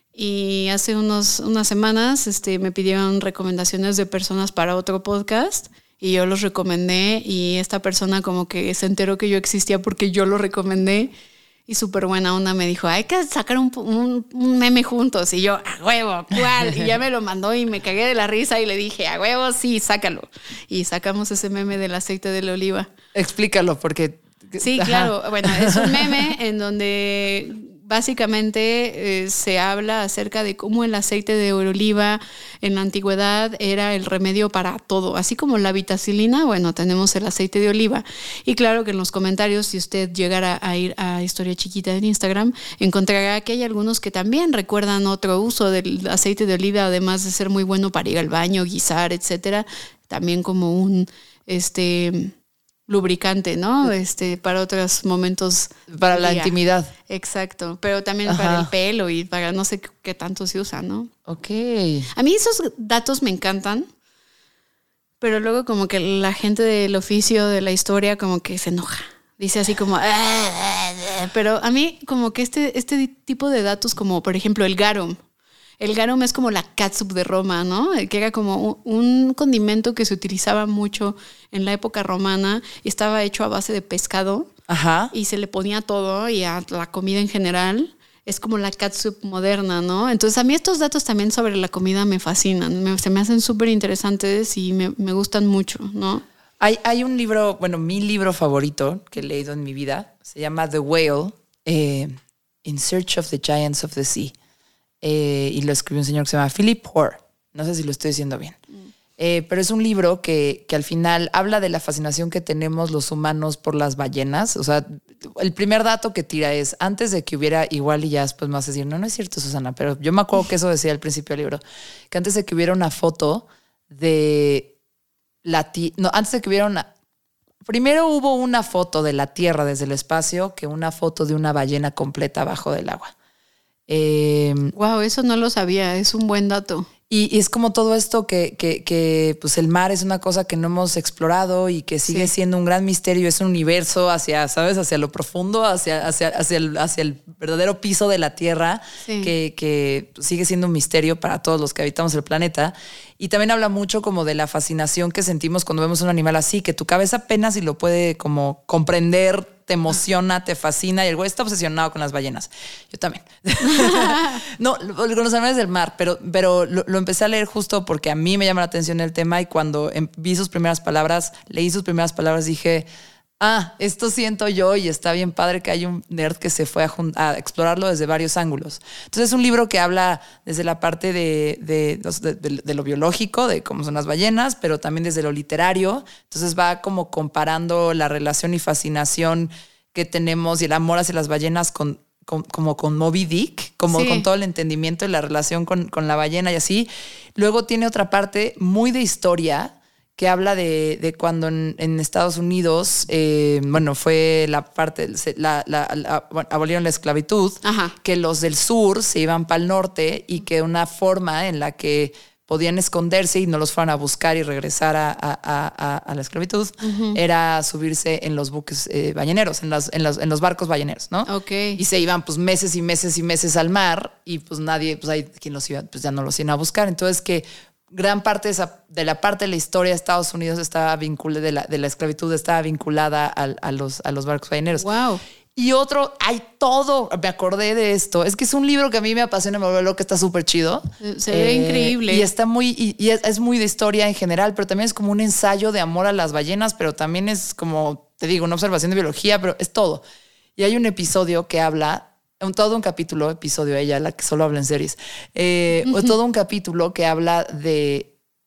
y hace unos, unas semanas este, me pidieron recomendaciones de personas para otro podcast y yo los recomendé y esta persona como que se enteró que yo existía porque yo lo recomendé y súper buena onda me dijo, hay que sacar un, un, un meme juntos. Y yo, a huevo, ¿cuál? Y ya me lo mandó y me cagué de la risa y le dije, a huevo, sí, sácalo. Y sacamos ese meme del aceite de la oliva. Explícalo porque... Sí, Ajá. claro. Bueno, es un meme en donde básicamente eh, se habla acerca de cómo el aceite de oliva en la antigüedad era el remedio para todo. Así como la vitacilina, bueno, tenemos el aceite de oliva. Y claro que en los comentarios, si usted llegara a ir a Historia Chiquita en Instagram, encontrará que hay algunos que también recuerdan otro uso del aceite de oliva, además de ser muy bueno para ir al baño, guisar, etcétera. También como un... este lubricante, ¿no? Este, para otros momentos. Para la intimidad. Exacto. Pero también Ajá. para el pelo y para no sé qué, qué tanto se usa, ¿no? Ok. A mí esos datos me encantan, pero luego como que la gente del oficio de la historia como que se enoja. Dice así como... Pero a mí como que este, este tipo de datos como, por ejemplo, el garum. El garum es como la catsup de Roma, ¿no? Que era como un condimento que se utilizaba mucho en la época romana y estaba hecho a base de pescado. Ajá. Y se le ponía todo y a la comida en general. Es como la catsup moderna, ¿no? Entonces a mí estos datos también sobre la comida me fascinan. Me, se me hacen súper interesantes y me, me gustan mucho, ¿no? Hay, hay un libro, bueno, mi libro favorito que he leído en mi vida. Se llama The Whale, eh, In Search of the Giants of the Sea. Eh, y lo escribió un señor que se llama Philip Hoare. No sé si lo estoy diciendo bien. Mm. Eh, pero es un libro que, que al final habla de la fascinación que tenemos los humanos por las ballenas. O sea, el primer dato que tira es, antes de que hubiera, igual y ya después me vas a decir, no, no es cierto, Susana, pero yo me acuerdo que eso decía al principio del libro, que antes de que hubiera una foto de la tierra, no, antes de que hubiera una... Primero hubo una foto de la Tierra desde el espacio que una foto de una ballena completa abajo del agua. Eh, wow, eso no lo sabía, es un buen dato. Y, y es como todo esto que, que, que pues el mar es una cosa que no hemos explorado y que sigue sí. siendo un gran misterio, es un universo hacia, ¿sabes? Hacia lo profundo, hacia, hacia, hacia, el, hacia el verdadero piso de la Tierra, sí. que, que sigue siendo un misterio para todos los que habitamos el planeta. Y también habla mucho como de la fascinación que sentimos cuando vemos un animal así, que tu cabeza apenas si lo puede como comprender, te emociona, te fascina, y el güey está obsesionado con las ballenas. Yo también. No, con los animales del mar, pero, pero lo, lo empecé a leer justo porque a mí me llama la atención el tema y cuando vi sus primeras palabras, leí sus primeras palabras, dije, ah, esto siento yo y está bien padre que hay un nerd que se fue a, a explorarlo desde varios ángulos. Entonces es un libro que habla desde la parte de, de, de, de, de lo biológico, de cómo son las ballenas, pero también desde lo literario. Entonces va como comparando la relación y fascinación que tenemos y el amor hacia las ballenas con, con, como con Moby Dick, como sí. con todo el entendimiento y la relación con, con la ballena y así. Luego tiene otra parte muy de historia que habla de, de cuando en, en Estados Unidos, eh, bueno, fue la parte, la, la, la, bueno, abolieron la esclavitud, Ajá. que los del sur se iban para el norte y que una forma en la que podían esconderse y no los fueran a buscar y regresar a, a, a, a la esclavitud, uh-huh. era subirse en los buques eh, balleneros, en, las, en, los, en los barcos balleneros, ¿no? Okay. Y se iban pues meses y meses y meses al mar y pues nadie, pues ahí quien los iba, pues ya no los iban a buscar. Entonces que gran parte de, esa, de la parte de la historia de Estados Unidos estaba vinculada, de la, de la esclavitud estaba vinculada a, a, los, a los barcos balleneros. Wow. Y otro, hay todo, me acordé de esto. Es que es un libro que a mí me apasiona, me vuelve loca, está súper chido. Se ve eh, increíble. Y está muy, y, y es, es muy de historia en general, pero también es como un ensayo de amor a las ballenas, pero también es como, te digo, una observación de biología, pero es todo. Y hay un episodio que habla, un, todo un capítulo, episodio ella, la que solo habla en series, eh, uh-huh. todo un capítulo que habla de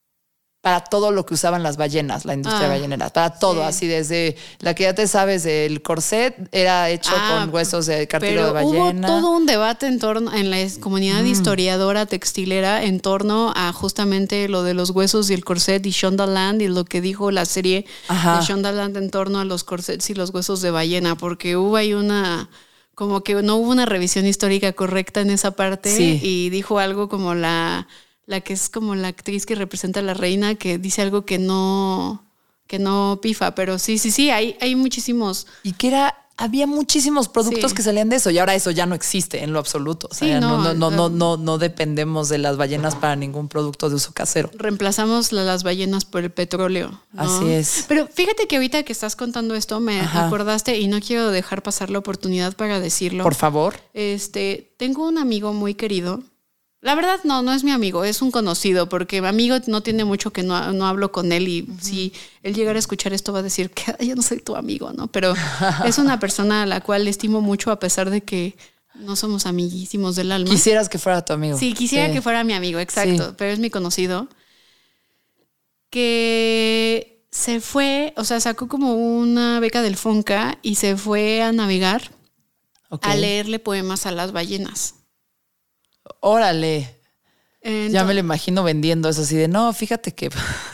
para todo lo que usaban las ballenas, la industria ah, ballenera, para todo, sí. así desde la que ya te sabes, el corset era hecho ah, con huesos de cartílago de ballena. Hubo todo un debate en torno, en la comunidad mm. historiadora textilera en torno a justamente lo de los huesos y el corset y Shondaland y lo que dijo la serie Ajá. de Shondaland en torno a los corsets y los huesos de ballena, porque hubo ahí una... como que no hubo una revisión histórica correcta en esa parte sí. y dijo algo como la... la que es como la actriz que representa a la reina, que dice algo que no, que no pifa, pero sí, sí, sí, hay, hay muchísimos. Y que era, había muchísimos productos sí. que salían de eso, y ahora eso ya no existe en lo absoluto. O sea, sí, no, no, no, no, no, no dependemos de las ballenas para ningún producto de uso casero. Reemplazamos las ballenas por el petróleo, ¿no? Así es. Pero fíjate que ahorita que estás contando esto, me Ajá. acordaste, y no quiero dejar pasar la oportunidad para decirlo. Por favor. Este, tengo un amigo muy querido. La verdad no, no es mi amigo, es un conocido, porque mi amigo no tiene mucho que no, no hablo con él y uh-huh. si él llegara a escuchar esto va a decir que yo no soy tu amigo, ¿no? Pero es una persona a la cual estimo mucho a pesar de que No somos amiguísimos del alma. Quisieras que fuera tu amigo. Sí, quisiera sí. que fuera mi amigo, exacto. Sí. Pero es mi conocido. Que se fue, o sea, sacó como una beca del Fonca y se fue a navegar, okay. a leerle poemas a las ballenas. Órale. Entonces, ya me lo imagino vendiendo eso así de, no, fíjate que...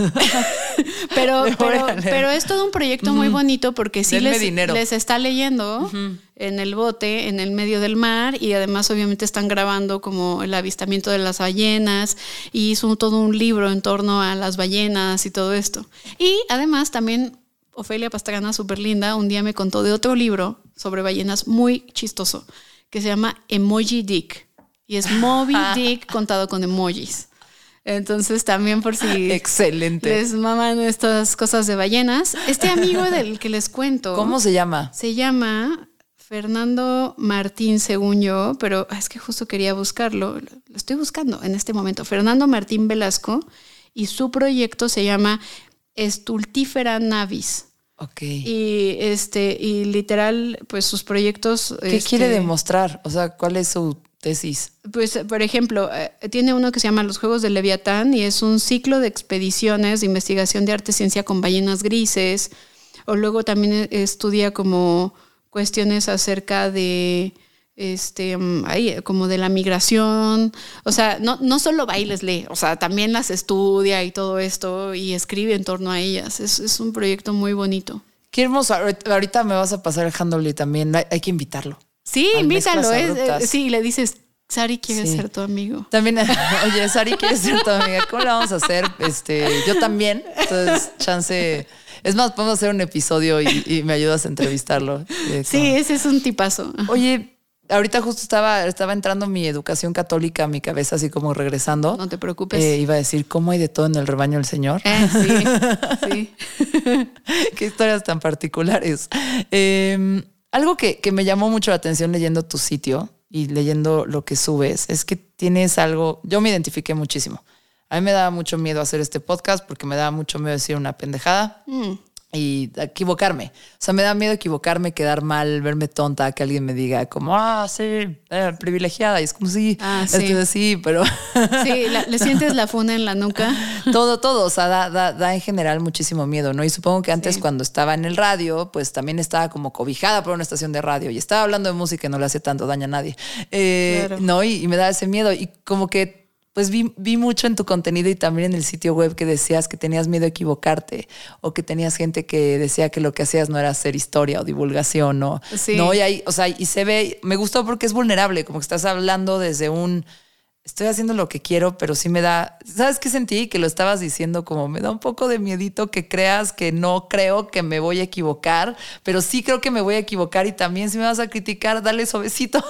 pero, pero, pero es todo un proyecto uh-huh. muy bonito porque sí les, les está leyendo uh-huh. en el bote, en el medio del mar, y además obviamente están grabando como el avistamiento de las ballenas, y hizo todo un libro en torno a las ballenas y todo esto. Y además también Ofelia Pastrana, súper linda, un día me contó de otro libro sobre ballenas muy chistoso que se llama Emoji Dick. Y es Moby Dick contado con emojis. Entonces también por si excelente les maman estas cosas de ballenas. Este amigo del que les cuento. ¿Cómo se llama? Se llama Fernando Martín, según yo, pero es que justo quería buscarlo. Lo estoy buscando en este momento. Fernando Martín Velasco, y su proyecto se llama Stultifera Navis. Ok. Y este, y literal, pues sus proyectos. ¿Qué este, quiere demostrar? O sea, ¿cuál es su tesis? Pues, por ejemplo, eh, tiene uno que se llama Los Juegos del Leviatán, y es un ciclo de expediciones de investigación de arte y ciencia con ballenas grises. O luego también estudia como cuestiones acerca de este ay, como de la migración. O sea, no, no solo va y les lee, o sea, también las estudia y todo esto, y escribe en torno a ellas. Es, es un proyecto muy bonito. Qué hermoso. Ahorita me vas a pasar el handle y también hay, hay que invitarlo. Sí, invítalo. Es, eh, sí, le dices, Sari quiere sí. ser tu amigo. También, oye, Sari quiere ser tu amiga. ¿Cómo la vamos a hacer? Este, yo también. Entonces, chance. Es más, podemos hacer un episodio y, y me ayudas a entrevistarlo. Eh, sí, con... ese es un tipazo. Oye, ahorita justo estaba, estaba entrando mi educación católica a mi cabeza, así como regresando. No te preocupes. Eh, iba a decir, ¿cómo hay de todo en el rebaño del Señor? Eh, sí, sí. Qué historias tan particulares. Eh, algo que, que me llamó mucho la atención leyendo tu sitio y leyendo lo que subes es que tienes algo... Yo me identifiqué muchísimo. A mí me daba mucho miedo hacer este podcast porque me daba mucho miedo decir una pendejada. Mm. Y equivocarme. O sea, me da miedo equivocarme, quedar mal, verme tonta, que alguien me diga como, ah, sí, eh, privilegiada. Y es como, sí, ah, sí. Es que sí, pero... Sí, la, ¿le sientes la funa en la nuca? Todo, todo. O sea, da, da, da en general muchísimo miedo, ¿no? Y supongo que antes sí. cuando estaba en el radio, pues también estaba como cobijada por una estación de radio y estaba hablando de música y no le hace tanto daño a nadie. Eh, claro. No, y, y me da ese miedo. Y como que pues vi, vi mucho en tu contenido y también en el sitio web que decías que tenías miedo a equivocarte o que tenías gente que decía que lo que hacías no era hacer historia o divulgación, ¿no? Sí. No, y ahí, o sea, y se ve, me gustó porque es vulnerable, como que estás hablando desde un, estoy haciendo lo que quiero, pero sí me da, ¿sabes qué sentí? Que lo estabas diciendo como me da un poco de miedito que creas que no creo que me voy a equivocar, pero sí creo que me voy a equivocar y también si me vas a criticar, dale suavecito.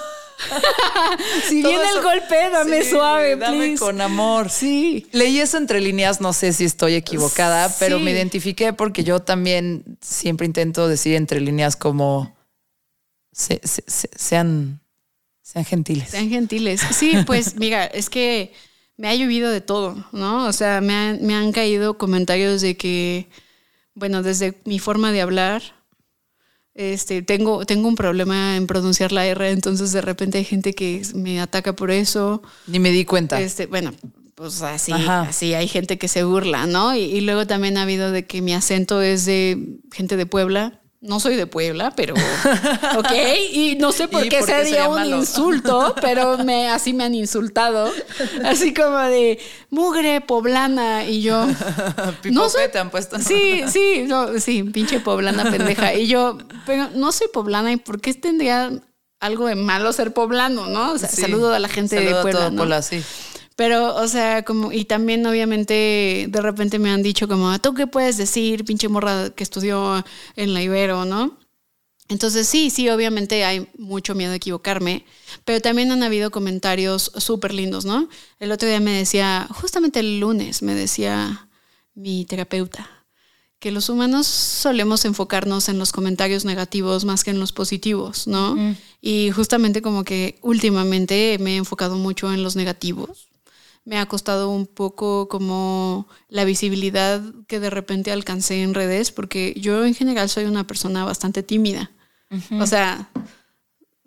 Si viene el golpe, dame sí, suave, dame please. Con amor. Sí. Leí eso entre líneas, no sé si estoy equivocada, sí. Pero me identifiqué porque yo también siempre intento decir entre líneas como se, se, se, sean, sean gentiles. Sean gentiles. Sí, pues mira, es que me ha llovido de todo, ¿no? O sea, me han, me han caído comentarios de que, bueno, desde mi forma de hablar, Este, tengo, tengo un problema en pronunciar la R, entonces de repente hay gente que me ataca por eso. Ni me di cuenta. Este, bueno, pues así, así hay gente que se burla, ¿no? Y, y luego también ha habido de que mi acento es de gente de Puebla. No soy de Puebla, pero ok. Y no sé por qué sería un malo? insulto, pero me, así me han insultado. Así como de mugre poblana. Y yo... Pipope no soy, te han puesto. Sí, sí, no, sí, pinche poblana pendeja. Y yo, pero no soy poblana. ¿Y por qué tendría algo de malo ser poblano, no? O sea, sí. Saludo a la gente saludo de Puebla, a todo ¿no? Puebla, sí. Pero, o sea, como, y también obviamente de repente me han dicho como, ¿tú qué puedes decir, pinche morra que estudió en la Ibero, no? Entonces sí, sí, obviamente hay mucho miedo de equivocarme, pero también han habido comentarios súper lindos, ¿no? El otro día me decía, justamente el lunes me decía mi terapeuta, que los humanos solemos enfocarnos en los comentarios negativos más que en los positivos, ¿no? Mm. Y justamente como que últimamente me he enfocado mucho en los negativos. Me ha costado un poco como la visibilidad que de repente alcancé en redes, porque yo en general soy una persona bastante tímida. Uh-huh. O sea,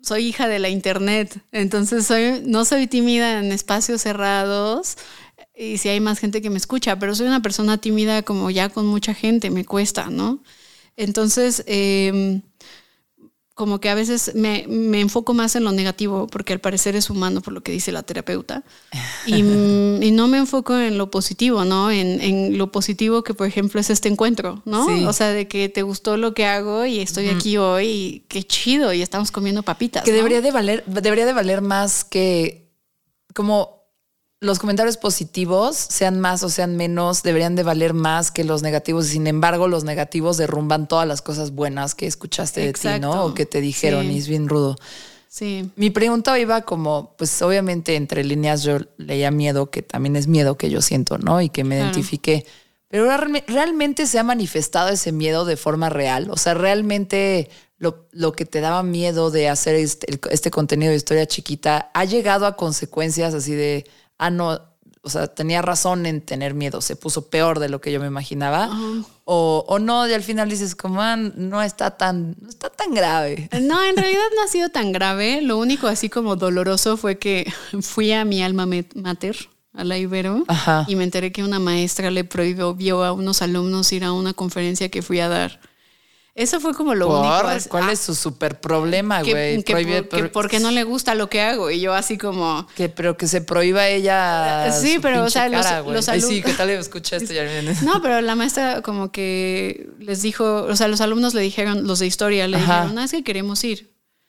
soy hija de la internet, entonces soy, no soy tímida en espacios cerrados y si hay más gente que me escucha, pero soy una persona tímida como ya con mucha gente, me cuesta, ¿no? Entonces, eh, como que a veces me, me enfoco más en lo negativo porque al parecer es humano por lo que dice la terapeuta y, y no me enfoco en lo positivo, ¿no? En, en lo positivo que por ejemplo es este encuentro, ¿no? Sí. O sea, de que te gustó lo que hago y estoy uh-huh. aquí hoy y qué chido y estamos comiendo papitas, que ¿no? debería de valer, debería de valer más que como los comentarios positivos, sean más o sean menos, deberían de valer más que los negativos. Sin embargo, los negativos derrumban todas las cosas buenas que escuchaste Exacto. de ti, ¿no? O que te dijeron, sí. y es bien rudo. Sí. Mi pregunta iba como, pues obviamente entre líneas yo leía miedo, que también es miedo que yo siento, ¿no? Y que me claro. identifiqué. Pero ¿realmente se ha manifestado ese miedo de forma real? O sea, ¿realmente lo, lo que te daba miedo de hacer este, este contenido de Historia Chiquita ha llegado a consecuencias así de... ah, no, o sea, tenía razón en tener miedo, se puso peor de lo que yo me imaginaba, uh-huh. o, o no, y al final dices como, ah, no está tan, no está tan grave. No, en realidad no ha sido tan grave, lo único así como doloroso fue que fui a mi alma mater, a la Ibero, Ajá. y me enteré que una maestra le prohibió a unos alumnos ir a una conferencia que fui a dar. Eso fue como lo ¿Por? único. ¿Cuál ah, es su súper problema, güey? Que, que, Prohibir, por, que porque no le gusta lo que hago. Y yo así como... Que, pero que se prohíba ella Sí, pero o sea, cara, los, los alumnos... Ay, sí, ¿qué tal escuché esto? Ya no, pero la maestra como que les dijo... O sea, los alumnos le dijeron, los de historia, le Ajá. dijeron, no, es que queremos ir.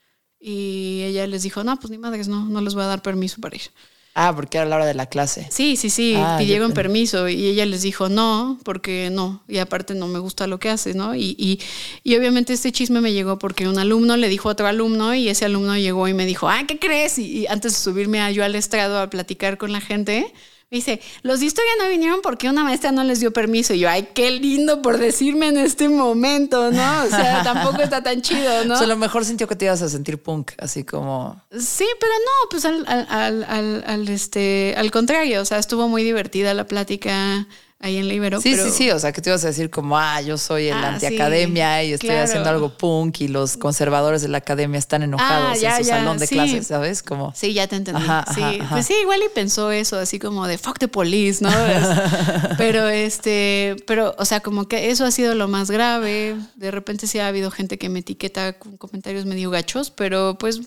Y ella les dijo, no, pues ni madres, no, no les voy a dar permiso para ir. Ah, porque era la hora de la clase. Sí, sí, sí, ah, pidieron permiso y ella les dijo no, porque no, y aparte no me gusta lo que hace, ¿no? Y, y, y obviamente este chisme me llegó porque un alumno le dijo a otro alumno y ese alumno llegó y me dijo, ah, ¿qué crees? Y, y antes de subirme a, yo al estrado a platicar con la gente, me dice, los de historia no vinieron porque una maestra no les dio permiso. Y yo, ay, qué lindo por decirme en este momento, ¿no? O sea, tampoco está tan chido, ¿no? O sea, a lo mejor sintió que te ibas a sentir punk, así como... Sí, pero no, pues al, al, al, al, al, este, al contrario, o sea, estuvo muy divertida la plática ahí en la Ibero. Sí, pero... sí, sí, o sea, que te ibas a decir como, ah, yo soy el ah, antiacademia sí, y estoy claro. haciendo algo punk y los conservadores de la academia están enojados ah, ya, en su ya, salón de sí. clases, ¿sabes? Como... Sí, ya te entendí. Ajá, sí, ajá, ajá. Pues sí, igual y pensó eso, así como de fuck the police, ¿no? pero este, pero, o sea, como que eso ha sido lo más grave. De repente sí ha habido gente que me etiqueta con comentarios medio gachos, pero pues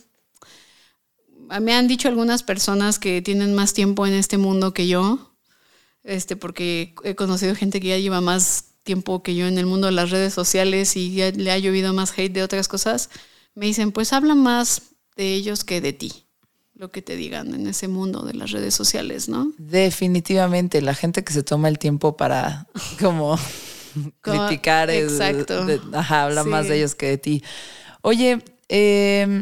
me han dicho algunas personas que tienen más tiempo en este mundo que yo. Este, porque he conocido gente que ya lleva más tiempo que yo en el mundo de las redes sociales y ya le ha llovido más hate de otras cosas. Me dicen, pues habla más de ellos que de ti, lo que te digan en ese mundo de las redes sociales, ¿no? Definitivamente, la gente que se toma el tiempo para como criticar, exacto. Es, de, ajá, habla sí. más de ellos que de ti. Oye, eh,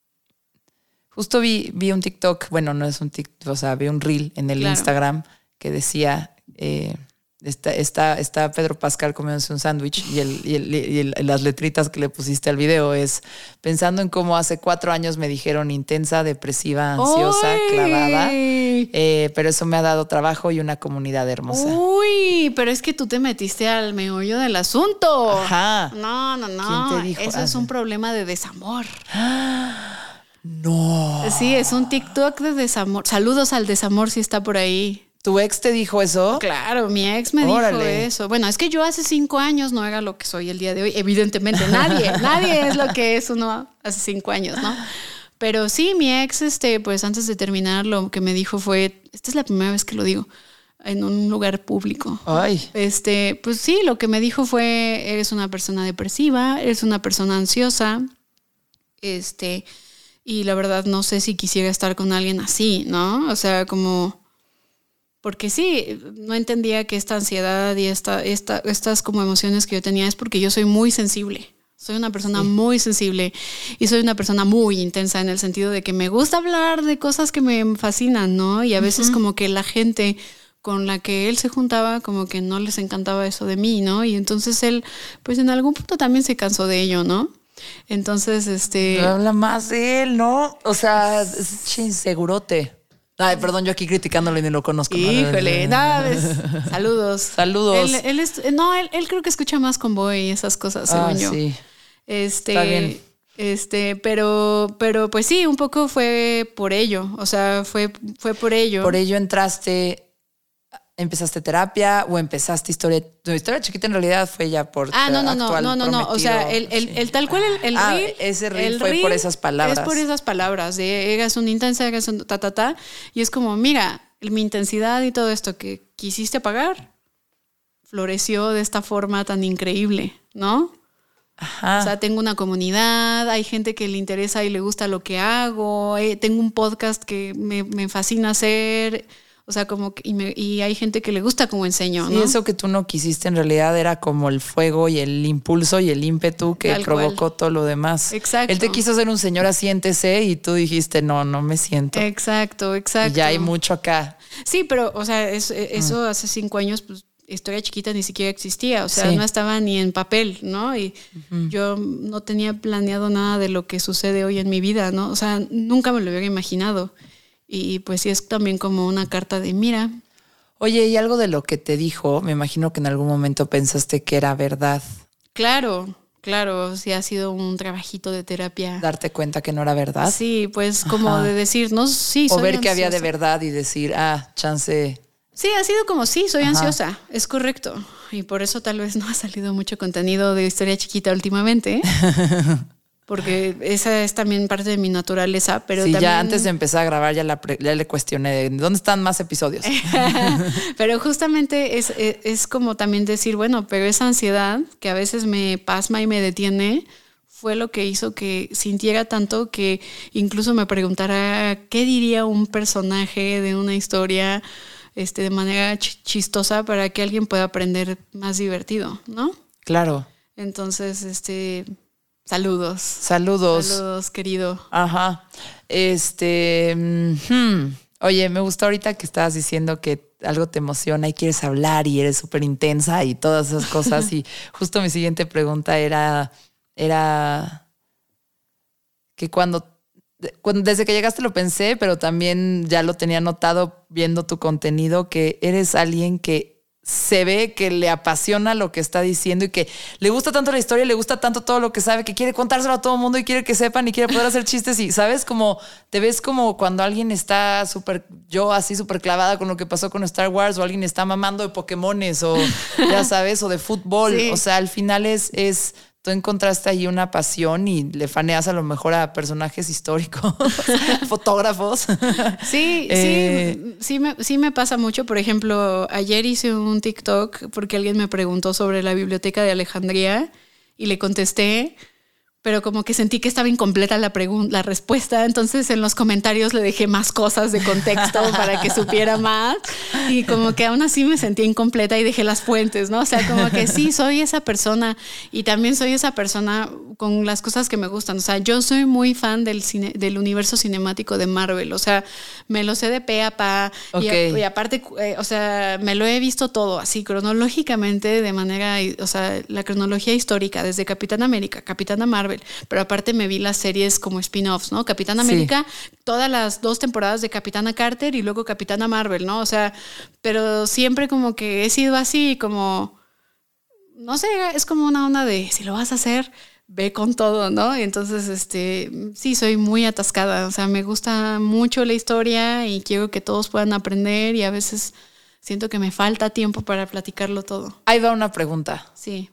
justo vi, vi un TikTok, bueno, no es un TikTok, o sea, vi un reel en el claro. Instagram que decía, eh, está, está, está Pedro Pascal comiéndose un sándwich y, el, y, el, y el, las letritas que le pusiste al video es pensando en cómo hace cuatro años me dijeron intensa, depresiva, ansiosa, ¡Uy! Clavada, eh, pero eso me ha dado trabajo y una comunidad hermosa. Uy, pero es que tú te metiste al meollo del asunto. Ajá. No, no, no. ¿Quién te dijo? Eso ah, es un problema de desamor. No. Sí, es un TikTok de desamor. Saludos al desamor si está por ahí. ¿Tu ex te dijo eso? Claro, mi ex me Órale. dijo eso. Bueno, es que yo hace cinco años no era lo que soy el día de hoy. Evidentemente, nadie, nadie es lo que es uno hace cinco años, ¿no? Pero sí, mi ex, este, pues antes de terminar, lo que me dijo fue, esta es la primera vez que lo digo, en un lugar público. Ay. Este, pues sí, lo que me dijo fue, eres una persona depresiva, eres una persona ansiosa, este, y la verdad no sé si quisiera estar con alguien así, ¿no? O sea, como... Porque sí, no entendía que esta ansiedad y esta, esta, estas como emociones que yo tenía es porque yo soy muy sensible. Soy una persona sí. muy sensible y soy una persona muy intensa en el sentido de que me gusta hablar de cosas que me fascinan, ¿no? Y a veces uh-huh. como que la gente con la que él se juntaba como que no les encantaba eso de mí, ¿no? Y entonces él, pues en algún punto también se cansó de ello, ¿no? Entonces, este... No habla más de él, ¿no? O sea, es insegurote. Ay, perdón, yo aquí criticándolo y ni lo conozco. Híjole, nada, ves. Saludos. Saludos. Él, él es, no, él, él creo que escucha más Convoy y esas cosas, según ah, yo. Sí. Este, Está bien. Este, pero, pero pues sí, un poco fue por ello. O sea, fue, fue por ello. Por ello entraste, empezaste terapia o empezaste historia. Tu historia chiquita en realidad fue ya por. Ah, no, no, no, no, no, no. O sea, el, el, sí. el tal cual, el, el ah, reel. Ese reel el fue reel por esas palabras. Es por esas palabras de eras una intensa, eras un ta, ta, ta. Y es como, mira, mi intensidad y todo esto que quisiste apagar floreció de esta forma tan increíble, ¿no? Ajá. O sea, tengo una comunidad, hay gente que le interesa y le gusta lo que hago, eh, tengo un podcast que me, me fascina hacer, o sea, como que, y, me, y hay gente que le gusta como enseño, sí, ¿no? eso que tú no quisiste en realidad era como el fuego y el impulso y el ímpetu que Tal provocó cual. todo lo demás. Exacto. Él te quiso ser un señor asiéntese y tú dijiste, no, no me siento. Exacto, exacto. Y ya hay mucho acá. Sí, pero, o sea, es, eso mm. hace cinco años, pues, Historia Chiquita ni siquiera existía, o sea, sí. no estaba ni en papel, ¿no? Y uh-huh. yo no tenía planeado nada de lo que sucede hoy en mi vida, ¿no? O sea, nunca me lo hubiera imaginado. Y pues sí es también como una carta de mira. Oye, y algo de lo que te dijo, me imagino que en algún momento pensaste que era verdad. Claro, claro, sí ha sido un trabajito de terapia. Darte cuenta que no era verdad. Sí, pues como Ajá. de decir, no, sí, o soy ver ansiosa. Que había de verdad y decir, ah, chance... Sí, ha sido como sí, soy Ajá. ansiosa, es correcto. Y por eso tal vez no ha salido mucho contenido de Historia Chiquita últimamente. Porque esa es también parte de mi naturaleza. Pero sí, también... ya antes de empezar a grabar ya, la pre- ya le cuestioné, ¿dónde están más episodios? Pero justamente es, es, es como también decir, bueno, pero esa ansiedad que a veces me pasma y me detiene... fue lo que hizo que sintiera tanto que incluso me preguntara qué diría un personaje de una historia este, de manera ch- chistosa para que alguien pueda aprender más divertido, ¿no? Claro. Entonces, este, saludos. Saludos. Saludos, querido. Ajá. Este, hmm. Oye, me gustó ahorita que estabas diciendo que algo te emociona y quieres hablar y eres súper intensa y todas esas cosas. Y justo mi siguiente pregunta era... era que cuando, cuando desde que llegaste lo pensé, pero también ya lo tenía notado viendo tu contenido, que eres alguien que se ve que le apasiona lo que está diciendo y que le gusta tanto la historia, le gusta tanto todo lo que sabe, que quiere contárselo a todo el mundo y quiere que sepan y quiere poder hacer chistes y, ¿sabes? Como te ves como cuando alguien está súper, yo así súper clavada con lo que pasó con Star Wars o alguien está mamando de Pokémones o ya sabes, o de fútbol. Sí. O sea, al final es... es tú encontraste ahí una pasión y le faneas a lo mejor a personajes históricos, fotógrafos. Sí, eh, sí, sí me, sí me pasa mucho. Por ejemplo, ayer hice un TikTok porque alguien me preguntó sobre la biblioteca de Alejandría y le contesté, pero como que sentí que estaba incompleta la pregun- la respuesta, entonces en los comentarios le dejé más cosas de contexto para que supiera más y como que aún así me sentía incompleta y dejé las fuentes, ¿no? O sea, como que sí, soy esa persona y también soy esa persona con las cosas que me gustan. O sea, yo soy muy fan del cine, del universo cinemático de Marvel, o sea, me lo sé de pe a pa okay. y, y aparte, eh, o sea, me lo he visto todo así cronológicamente de manera, o sea, la cronología histórica desde Capitán América, Capitana Marvel, pero aparte me vi las series como spin-offs, ¿no? Capitán América, sí. todas las dos temporadas de Capitana Carter y luego Capitana Marvel, ¿no? O sea, pero siempre como que he sido así, como, no sé, es como una onda de, si lo vas a hacer, ve con todo, ¿no? Y entonces, este, sí, soy muy atascada, o sea, me gusta mucho la historia y quiero que todos puedan aprender y a veces siento que me falta tiempo para platicarlo todo. Ahí va una pregunta. Sí.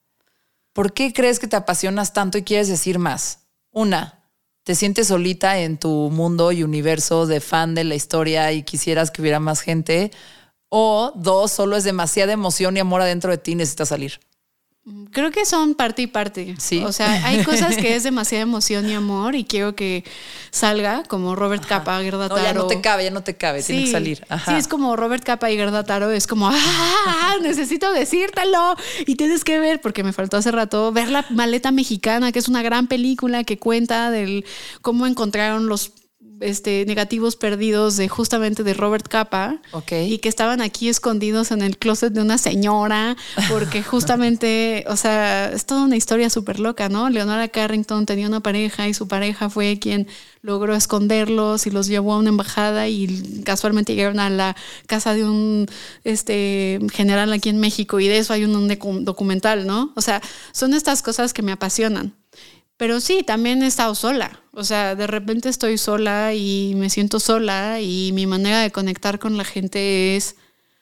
¿Por qué crees que te apasionas tanto y quieres decir más? Una, ¿te sientes solita en tu mundo y universo de fan de la historia y quisieras que hubiera más gente? O dos, solo es demasiada emoción y amor adentro de ti y necesitas salir. Creo que son parte y parte. Sí. O sea, hay cosas que es demasiada emoción y amor y quiero que salga, como Robert Ajá. Capa, Gerda Taro. No, ya no te cabe, ya no te cabe, sí. tiene que salir. Ajá. Sí, es como Robert Capa y Gerda Taro, es como, ¡ah! Necesito decírtelo. Y tienes que ver, porque me faltó hace rato, ver La Maleta Mexicana, que es una gran película que cuenta del cómo encontraron los Este, negativos perdidos de justamente de Robert Capa okay. y que estaban aquí escondidos en el closet de una señora porque justamente, o sea, es toda una historia súper loca, ¿no? Leonora Carrington tenía una pareja y su pareja fue quien logró esconderlos y los llevó a una embajada y casualmente llegaron a la casa de un este, general aquí en México y de eso hay un, un documental, ¿no? O sea, son estas cosas que me apasionan. Pero sí, también he estado sola. O sea, de repente estoy sola y me siento sola y mi manera de conectar con la gente es...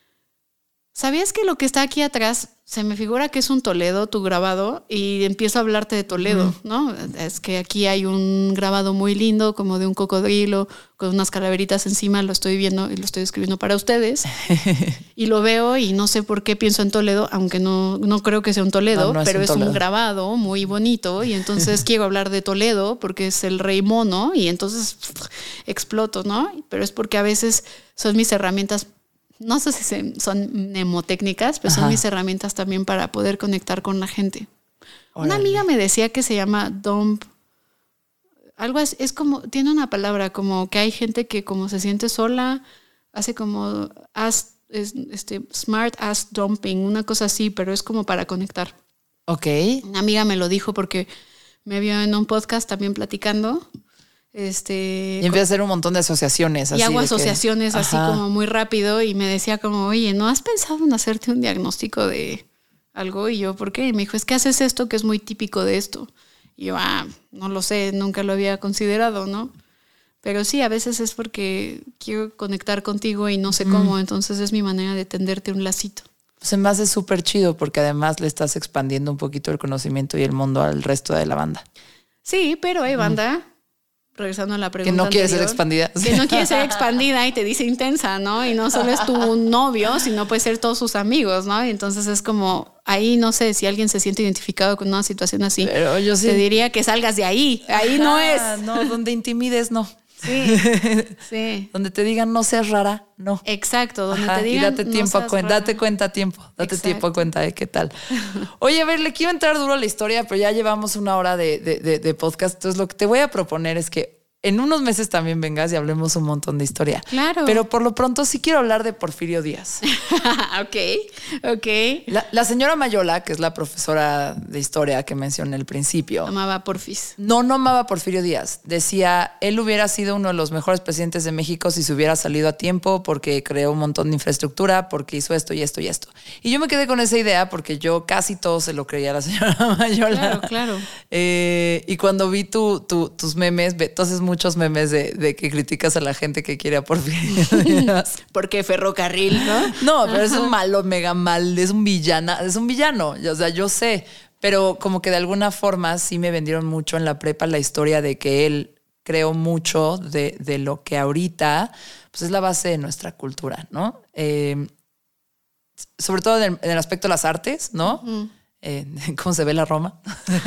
¿Sabías que lo que está aquí atrás se me figura que es un Toledo, tu grabado? Y empiezo a hablarte de Toledo, uh-huh. ¿no? Es que aquí hay un grabado muy lindo, como de un cocodrilo, con unas calaveritas encima, lo estoy viendo y lo estoy escribiendo para ustedes. Y lo veo y no sé por qué pienso en Toledo, aunque no, no creo que sea un Toledo, no, no es pero un es Toledo. Un grabado muy bonito. Y entonces quiero hablar de Toledo porque es el rey mono y entonces pff, exploto, ¿no? Pero es porque a veces son mis herramientas. No sé si son mnemotécnicas, pero Ajá. son mis herramientas también para poder conectar con la gente. Órale. Una amiga me decía que se llama dump. Algo es, es como, tiene una palabra, como que hay gente que como se siente sola, hace como as, es, este, smart ass dumping, una cosa así, pero es como para conectar. Ok. Una amiga me lo dijo porque me vio en un podcast también platicando. Este, y empieza a hacer un montón de asociaciones. Y así hago de asociaciones que, así ajá. como muy rápido y me decía como, oye, ¿no has pensado en hacerte un diagnóstico de algo? Y yo, ¿por qué? Y me dijo, es que haces esto que es muy típico de esto. Y yo, ah, no lo sé, nunca lo había considerado, ¿no? Pero sí, a veces es porque quiero conectar contigo y no sé mm. cómo, entonces es mi manera de tenderte un lacito. Se me hace súper chido porque además le estás expandiendo un poquito el conocimiento y el mundo al resto de la banda. Sí, pero hay banda... Mm. Regresando a la pregunta que no quiere anterior, ser expandida. Que no quiere ser expandida y te dice intensa, ¿no? Y no solo es tu novio, sino puede ser todos sus amigos, ¿no? Y entonces es como, ahí no sé si alguien se siente identificado con una situación así. Pero yo sí. Te diría que salgas de ahí. Ahí ah, no es. No, donde intimides, no. Sí, sí. Donde te digan no seas rara, no. Exacto, donde Ajá, te digan y date tiempo no a cuenta, date cuenta a tiempo, date Exacto. tiempo a cuenta de qué tal. Oye, a ver, le quiero entrar duro a la historia, pero ya llevamos una hora de, de, de, de podcast. Entonces lo que te voy a proponer es que en unos meses también vengas y hablemos un montón de historia. Claro. Pero por lo pronto sí quiero hablar de Porfirio Díaz. Ok, ok. La, la señora Mayola, que es la profesora de historia que mencioné al principio. Amaba a Porfis. No, no amaba a Porfirio Díaz. Decía, él hubiera sido uno de los mejores presidentes de México si se hubiera salido a tiempo porque creó un montón de infraestructura, porque hizo esto y esto y esto. Y yo me quedé con esa idea porque yo casi todo se lo creía a la señora Mayola. Claro, claro. Eh, y cuando vi tu, tu, tus memes, entonces muchos memes de, de que criticas a la gente que quiere a Porfirio Díaz. Porque ferrocarril, ¿no? No, pero Ajá. es un malo, mega mal, es un villano, es un villano, o sea, yo sé, pero como que de alguna forma sí me vendieron mucho en la prepa la historia de que él creó mucho de, de lo que ahorita pues es la base de nuestra cultura, ¿no? Eh, sobre todo en el, en el aspecto de las artes, ¿no? Uh-huh. Eh, cómo se ve la Roma.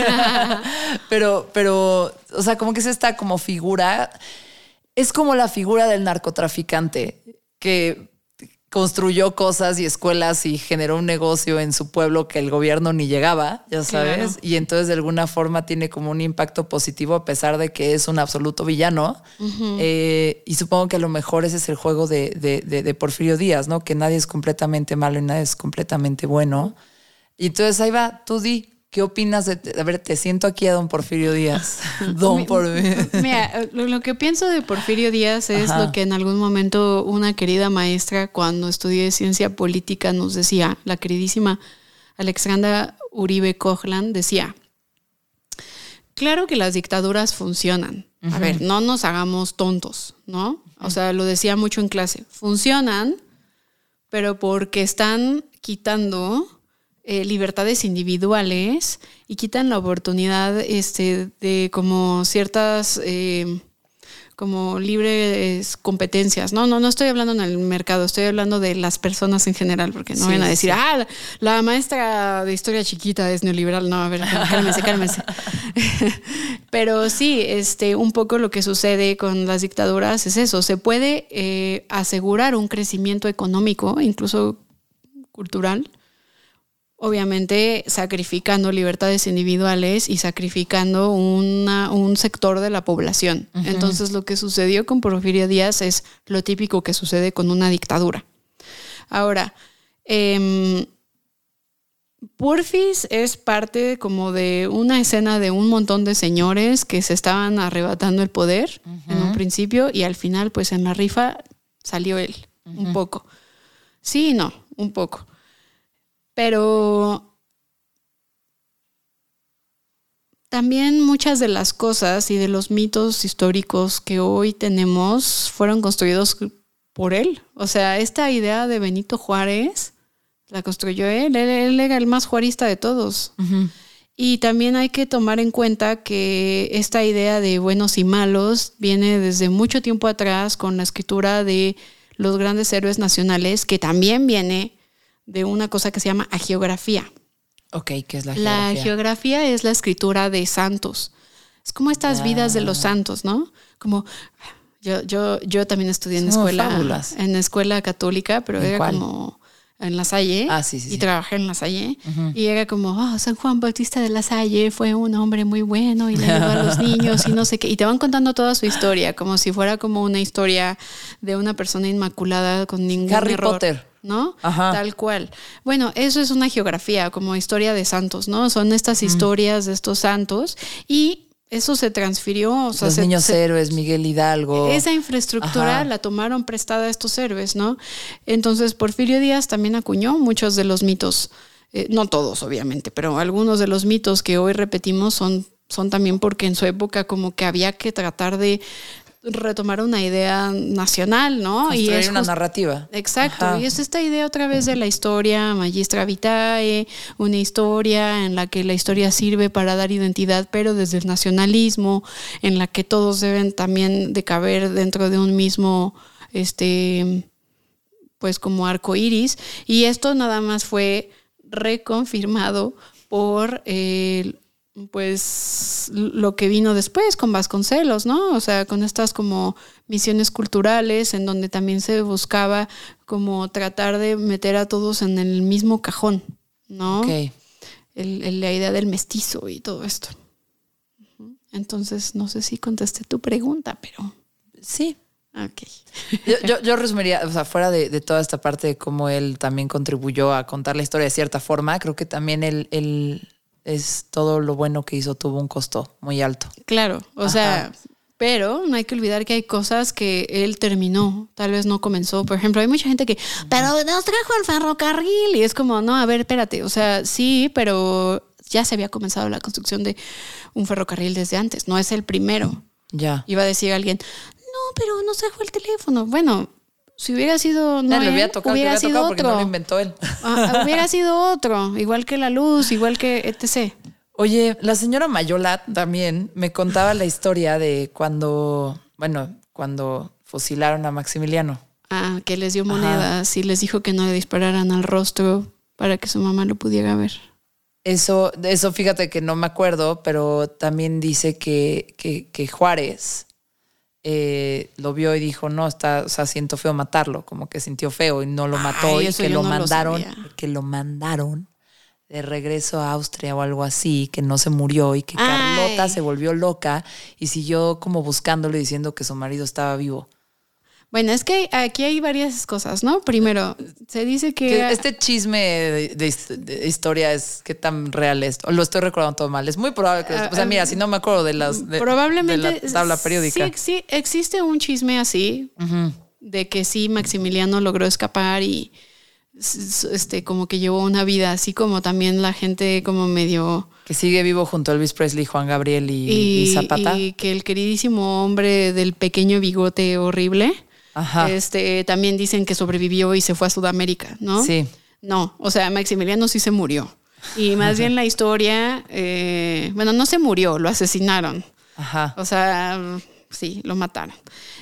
pero, pero, o sea, como que es esta como figura, es como la figura del narcotraficante que construyó cosas y escuelas y generó un negocio en su pueblo que el gobierno ni llegaba, ya sabes, claro. Y entonces de alguna forma tiene como un impacto positivo a pesar de que es un absoluto villano. Uh-huh. Eh, y supongo que a lo mejor ese es el juego de, de, de, de Porfirio Díaz, ¿no? Que nadie es completamente malo y nadie es completamente bueno. Y entonces ahí va, tú di, ¿qué opinas de...? A ver, te siento aquí a don Porfirio Díaz. Don Porfirio. Mira, lo, lo que pienso de Porfirio Díaz es Ajá. lo que en algún momento una querida maestra cuando estudié ciencia política nos decía, la queridísima Alexandra Uribe Coglan decía, claro que las dictaduras funcionan. Uh-huh. A ver, no nos hagamos tontos, ¿no? Uh-huh. O sea, lo decía mucho en clase. Funcionan, pero porque están quitando... Eh, libertades individuales y quitan la oportunidad este, de como ciertas eh, como libres competencias. No, no, no estoy hablando en el mercado, estoy hablando de las personas en general, porque no sí, van a decir, sí. ah, la maestra de historia chiquita es neoliberal. No, a ver, cálmense, cálmense. Pero sí, este, un poco lo que sucede con las dictaduras es eso. Se puede eh, asegurar un crecimiento económico, incluso cultural, obviamente sacrificando libertades individuales y sacrificando una, un sector de la población. Uh-huh. Entonces lo que sucedió con Porfirio Díaz es lo típico que sucede con una dictadura. Ahora, eh, Porfis es parte como de una escena de un montón de señores que se estaban arrebatando el poder uh-huh. en un principio y al final pues en la rifa salió él uh-huh. un poco. Sí, no, un poco. Pero también muchas de las cosas y de los mitos históricos que hoy tenemos fueron construidos por él. O sea, esta idea de Benito Juárez la construyó él. Él, él era el más juarista de todos. Uh-huh. Y también hay que tomar en cuenta que esta idea de buenos y malos viene desde mucho tiempo atrás con la escritura de los grandes héroes nacionales, que también viene de una cosa que se llama hagiografía. Ok, ¿qué es la geografía? La geografía es la escritura de santos. Es como estas ah. vidas de los santos, ¿no? Como yo, yo, yo también estudié en Son escuela, fábulas. en escuela católica, pero era ¿cuál? como en La Salle. Ah, sí, sí, y sí. trabajé en La Salle. Uh-huh. Y era como, oh, San Juan Bautista de La Salle fue un hombre muy bueno y le ayudó a los niños y no sé qué. Y te van contando toda su historia, como si fuera como una historia de una persona inmaculada con ningún Harry error. Potter. ¿No? Ajá. Tal cual. Bueno, eso es una geografía, como historia de santos, ¿no? Son estas mm. historias de estos santos y eso se transfirió. O sea, los se, niños se, héroes, Miguel Hidalgo. Esa infraestructura Ajá. la tomaron prestada a estos héroes, ¿no? Entonces, Porfirio Díaz también acuñó muchos de los mitos, eh, no todos, obviamente, pero algunos de los mitos que hoy repetimos son, son también porque en su época como que había que tratar de retomar una idea nacional, ¿no? Construir y es una just... narrativa. Exacto, Ajá. y es esta idea otra vez de la historia Magistra Vitae, una historia en la que la historia sirve para dar identidad, pero desde el nacionalismo, en la que todos deben también de caber dentro de un mismo, este, pues como arco iris, y esto nada más fue reconfirmado por el eh, pues lo que vino después con Vasconcelos, ¿no? O sea, con estas como misiones culturales en donde también se buscaba como tratar de meter a todos en el mismo cajón, ¿no? Okay. El, el, la idea del mestizo y todo esto. Entonces, no sé si contesté tu pregunta, pero... Sí. Ok. Yo, yo, yo resumiría, o sea, fuera de, de toda esta parte de cómo él también contribuyó a contar la historia de cierta forma, creo que también él... él es todo lo bueno que hizo, tuvo un costo muy alto. Claro, o Ajá. sea, pero no hay que olvidar que hay cosas que él terminó, tal vez no comenzó. Por ejemplo, hay mucha gente que, pero nos trajo el ferrocarril, y es como, no, a ver, espérate, o sea, sí, pero ya se había comenzado la construcción de un ferrocarril desde antes, no es el primero. Ya. Iba a decir alguien, no, pero nos trajo el teléfono. Bueno, si hubiera sido no, no le hubiera tocado, hubiera hubiera sido tocado otro. Porque no lo inventó él. Ah, hubiera sido otro, igual que la luz, igual que etcétera. Oye, la señora Mayolat también me contaba la historia de cuando, bueno, cuando fusilaron a Maximiliano. Ah, que les dio monedas Ajá. y les dijo que no le dispararan al rostro para que su mamá lo pudiera ver. Eso, eso fíjate que no me acuerdo, pero también dice que, que, que Juárez... Eh, lo vio y dijo, no, está, o sea, siento feo matarlo, como que sintió feo y no lo mató. Ay, y que lo no mandaron, lo que lo mandaron de regreso a Austria o algo así, que no se murió y que Ay. Carlota se volvió loca y siguió como buscándolo y diciendo que su marido estaba vivo. Bueno, es que aquí hay varias cosas, ¿no? Primero, se dice que... que este chisme de, de, de historia es qué tan real es. O lo estoy recordando todo mal. Es muy probable que... O sea, mira, si no me acuerdo de las... De, probablemente... de la tabla periódica. Sí, sí, existe un chisme así, uh-huh. de que sí, Maximiliano logró escapar y este como que llevó una vida así como también la gente como medio... Que sigue vivo junto a Elvis Presley, Juan Gabriel y, y, y Zapata. Y que el queridísimo hombre del pequeño bigote horrible... Ajá. Este, también dicen que sobrevivió y se fue a Sudamérica, ¿no? Sí. No, o sea, Maximiliano sí se murió. Y más bien la historia, eh, bueno, no se murió, lo asesinaron. Ajá. O sea, sí, lo mataron.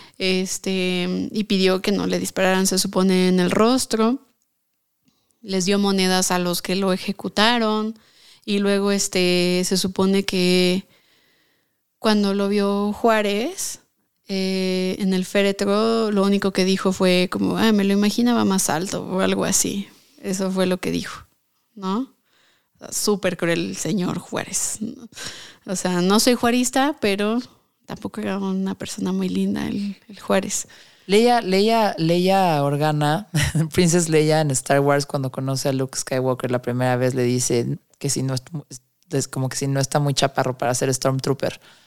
Este, y pidió que no le dispararan, se supone, en el rostro. Les dio monedas a los que lo ejecutaron. Y luego, este, se supone que cuando lo vio Juárez... Eh, en el féretro lo único que dijo fue como, ah, me lo imaginaba más alto o algo así. Eso fue lo que dijo, ¿no? Súper cruel el señor Juárez. O sea, no soy juarista, pero tampoco era una persona muy linda el, el Juárez. Leia, Leia, Leia Organa, Princess Leia en Star Wars, cuando conoce a Luke Skywalker la primera vez, le dice que si no es, es como que si no está muy chaparro para ser Stormtrooper.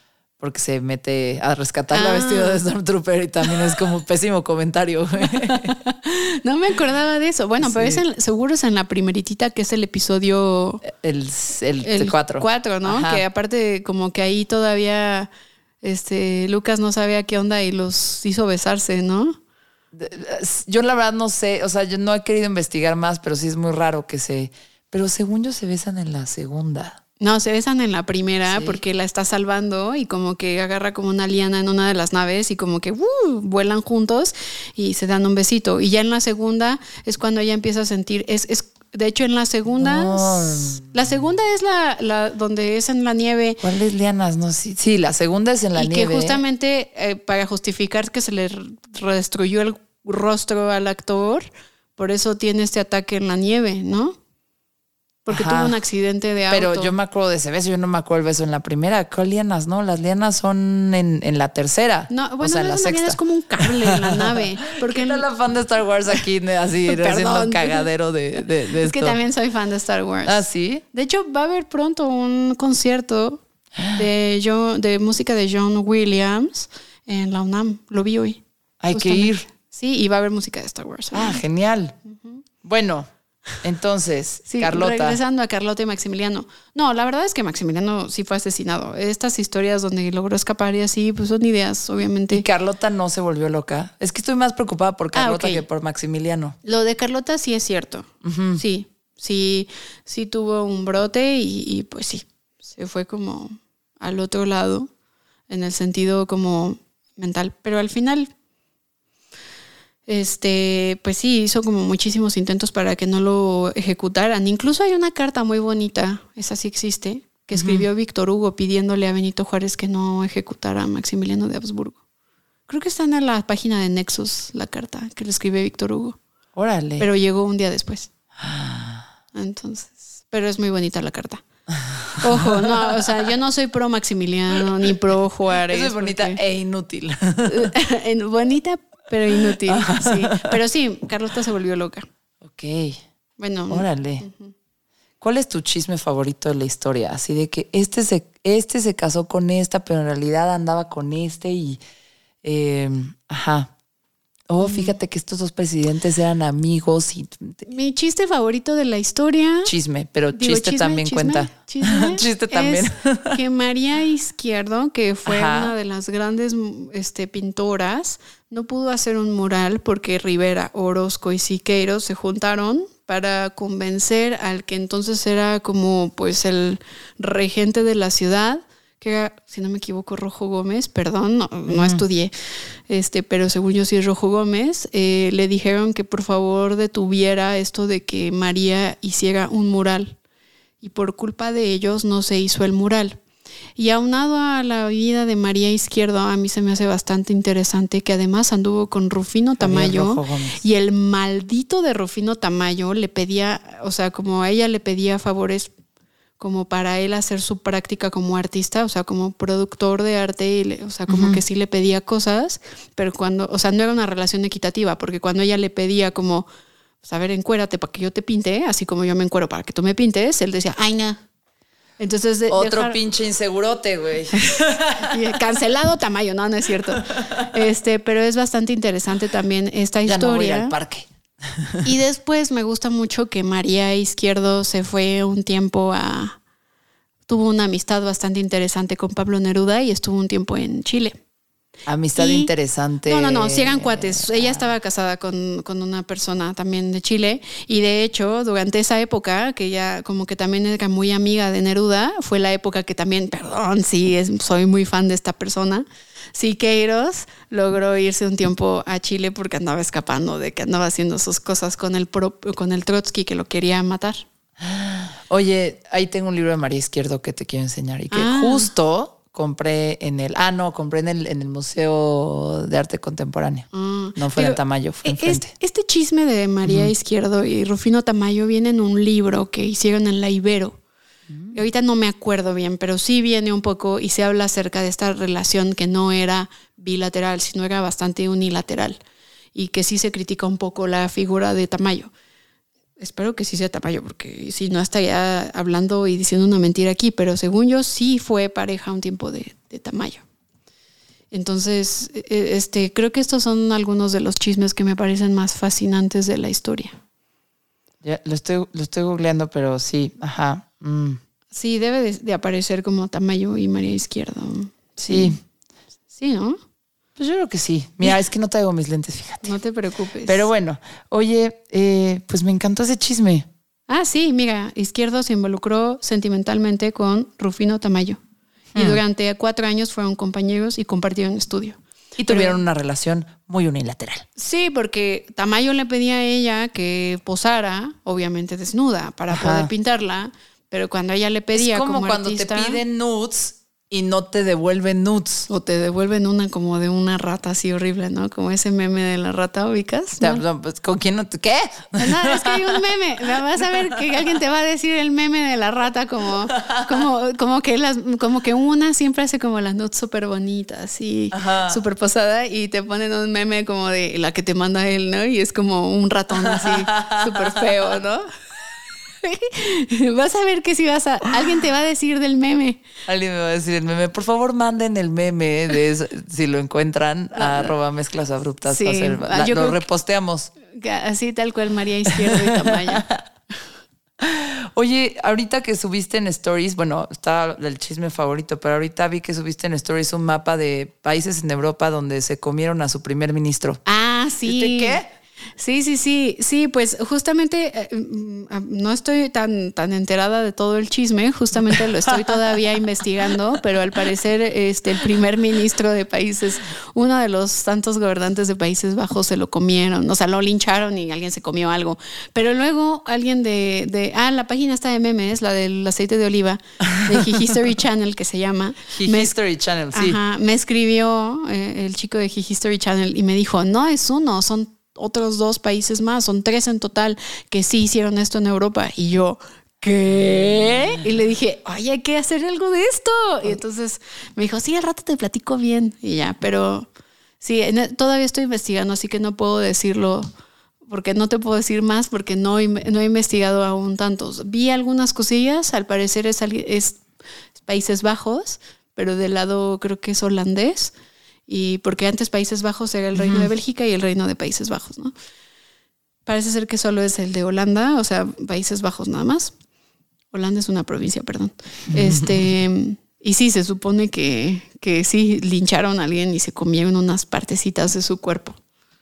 porque se mete a rescatarla Ah. vestido de Stormtrooper y también es como un pésimo comentario. No me acordaba de eso. Bueno, pero Sí. es en- seguro es en la primeritita, que es el episodio El, el, el cuatro. cuatro, ¿no? Ajá. Que aparte como que ahí todavía este Lucas no sabía qué onda y los hizo besarse, ¿no? Yo la verdad no sé, o sea, yo no he querido investigar más, pero sí es muy raro que se... Pero según yo se besan en la segunda. No, se besan en la primera Sí. porque la está salvando y como que agarra como una liana en una de las naves y como que uh, vuelan juntos y se dan un besito. Y ya en la segunda es cuando ella empieza a sentir, es, es de hecho en la segunda, No. la segunda es la, la donde es en la nieve. ¿Cuáles lianas? No, sí, sí, la segunda es en la y nieve. que justamente eh, para justificar que se le redestruyó el rostro al actor, por eso tiene este ataque en la nieve, ¿no? Porque Ajá. tuvo un accidente de auto. Pero yo me acuerdo de ese beso, yo no me acuerdo el beso en la primera. ¿Cuál lianas? No, las lianas son en, en la tercera. No, bueno, o sea, en no la es una liana, sexta. es como un cable en la nave. Porque ¿Qué tal la fan de Star Wars aquí así haciendo Perdón. un cagadero de, de, de es esto? que también soy fan de Star Wars. Ah, ¿sí? De hecho, va a haber pronto un concierto de, John, de música de John Williams en la UNAM. Lo vi hoy. Hay que justamente. ir. Sí, y va a haber música de Star Wars. Ah, genial. Bueno, entonces, Sí, Carlota. regresando a Carlota y Maximiliano. No, la verdad es que Maximiliano sí fue asesinado. Estas historias donde logró escapar y así, pues son ideas, obviamente. Y Carlota no se volvió loca. Es que estoy más preocupada por Carlota Ah, ok. que por Maximiliano. Lo de Carlota sí es cierto. Ujú. Sí, sí, sí tuvo un brote y, y pues sí, se fue como al otro lado, en el sentido como mental. Pero al final, este, pues sí, hizo como muchísimos intentos para que no lo ejecutaran. Incluso hay una carta muy bonita, esa sí existe, que escribió Víctor Hugo pidiéndole a Benito Juárez que no ejecutara a Maximiliano de Habsburgo. Creo que está en la página de Nexus la carta que le escribe Víctor Hugo. Órale. Pero llegó un día después. Entonces, pero es muy bonita la carta. Ojo, no, o sea, yo no soy pro Maximiliano ni pro Juárez. Eso es bonita porque- e inútil. En- bonita, pero inútil. Sí. Pero sí, Carlota se volvió loca. Ok. Bueno, Órale. ¿Cuál es tu chisme favorito de la historia? Así de que este se, este se casó con esta, pero en realidad andaba con este y... eh, ajá. Oh, fíjate que estos dos presidentes eran amigos y... mi chiste favorito de la historia. Chisme, pero Digo, chiste chisme, también chisme, cuenta. chisme, Chiste también. es que María Izquierdo, que fue Ajá. una de las grandes este, pintoras, no pudo hacer un mural porque Rivera, Orozco y Siqueiros se juntaron para convencer al que entonces era como pues el regente de la ciudad, que era, si no me equivoco, Rojo Gómez, perdón, no, no estudié, este, pero según yo sí es Rojo Gómez, eh, le dijeron que por favor detuviera esto de que María hiciera un mural y por culpa de ellos no se hizo el mural. Y aunado a la vida de María Izquierdo, a mí se me hace bastante interesante que además anduvo con Rufino Tamayo Rojo Gómez. y el maldito de Rufino Tamayo le pedía, o sea, como a ella le pedía favores como para él hacer su práctica como artista, o sea, como productor de arte, y le- o sea, como Ujú. que sí le pedía cosas, pero cuando, o sea, no era una relación equitativa, porque cuando ella le pedía como, pues, a ver, encuérate para que yo te pinte, así como yo me encuero para que tú me pintes, él decía, ay, no. Entonces, de- Otro dejar- pinche insegurote, güey. y cancelado Tamayo, no, no es cierto. Este, pero es bastante interesante también esta Ya no voy a ir historia. al parque. Y después me gusta mucho que María Izquierdo se fue un tiempo a... Tuvo una amistad bastante interesante con Pablo Neruda y estuvo un tiempo en Chile. Amistad Y- interesante. No, no, no, sí eran cuates. Ella estaba casada con, con una persona también de Chile y de hecho durante esa época, que ella como que también era muy amiga de Neruda, fue la época que también, perdón, sí, es, soy muy fan de esta persona, Siqueiros logró irse un tiempo a Chile porque andaba escapando de que andaba haciendo sus cosas con el, pro- con el Trotsky que lo quería matar. Oye, ahí tengo un libro de María Izquierdo que te quiero enseñar y que Ah. justo compré en el... Ah, no, compré en el, en el Museo de Arte Contemporáneo. Ah, No fue en pero el Tamayo, fue es- enfrente. Este chisme de María Izquierdo y Rufino Tamayo viene en un libro que hicieron en la Ibero. Y ahorita no me acuerdo bien, pero sí viene un poco y se habla acerca de esta relación que no era bilateral, sino era bastante unilateral y que sí se critica un poco la figura de Tamayo. Espero que sí sea Tamayo, porque si no estaría hablando y diciendo una mentira aquí, pero según yo sí fue pareja un tiempo de, de Tamayo. Entonces, este, creo que estos son algunos de los chismes que me parecen más fascinantes de la historia. Ya, lo estoy, lo estoy googleando, pero sí, ajá. Mm. Sí, debe de, de aparecer como Tamayo y María Izquierdo. Sí. Sí, ¿no? Pues yo creo que sí. Mira, es que no traigo mis lentes, fíjate. No te preocupes. Pero bueno, oye, eh, pues me encantó ese chisme. Ah, sí, mira, Izquierdo se involucró sentimentalmente con Rufino Tamayo. Y hmm. durante cuatro años fueron compañeros y compartieron estudio. Y tuvieron Pero, una relación muy unilateral. Sí, porque Tamayo le pedía a ella que posara, obviamente desnuda, para Ajá. poder pintarla. Pero cuando ella le pedía es como, como cuando artista, te piden nudes y no te devuelven nudes. O te devuelven una como de una rata así horrible, ¿no? Como ese meme de la rata, ¿ubicas? ¿No? No, pues, ¿con quién no te, ¿Qué? No, es que hay un meme. Vas a ver que alguien te va a decir el meme de la rata como, como, como, que, las, como que una siempre hace como las nudes súper bonitas y súper posada y te ponen un meme como de la que te manda él, ¿no? Y es como un ratón así súper feo, ¿no? Vas a ver que si vas a... Alguien te va a decir del meme. Alguien me va a decir el meme. Por favor, manden el meme de eso, si lo encuentran a arroba mezclas abruptas. Sí, hacer, la, lo reposteamos. Así tal cual María Izquierdo y Tamayo. Oye, ahorita que subiste en Stories, bueno, está el chisme favorito, pero ahorita vi que subiste en Stories un mapa de países en Europa donde se comieron a su primer ministro. Ah, sí. ¿Viste qué? Sí, sí, sí, sí, pues justamente eh, no estoy tan, tan enterada de todo el chisme, justamente lo estoy todavía investigando, pero al parecer este, el primer ministro de países, uno de los tantos gobernantes de Países Bajos se lo comieron, o sea, lo lincharon y alguien se comió algo, pero luego alguien de, de ah, la página está de memes, la del aceite de oliva, de He History Channel que se llama. He me, History Channel, sí. Ajá, me escribió eh, el chico de He History Channel y me dijo, no es uno, son otros dos países más, son tres en total que sí hicieron esto en Europa. Y yo, ¿qué? Y le dije, oye, hay que hacer algo de esto. Y entonces me dijo, sí, al rato te platico bien. Y ya, pero sí, todavía estoy investigando, así que no puedo decirlo, porque no te puedo decir más, porque no, no he investigado aún tantos. Vi algunas cosillas, al parecer es, es Países Bajos, pero del lado creo que es holandés. Y porque antes Países Bajos era el reino uh-huh. de Bélgica y el reino de Países Bajos, ¿no? Parece ser que solo es el de Holanda, o sea, Países Bajos nada más. Holanda es una provincia, perdón. Este, y sí, se supone que, que sí lincharon a alguien y se comieron unas partecitas de su cuerpo.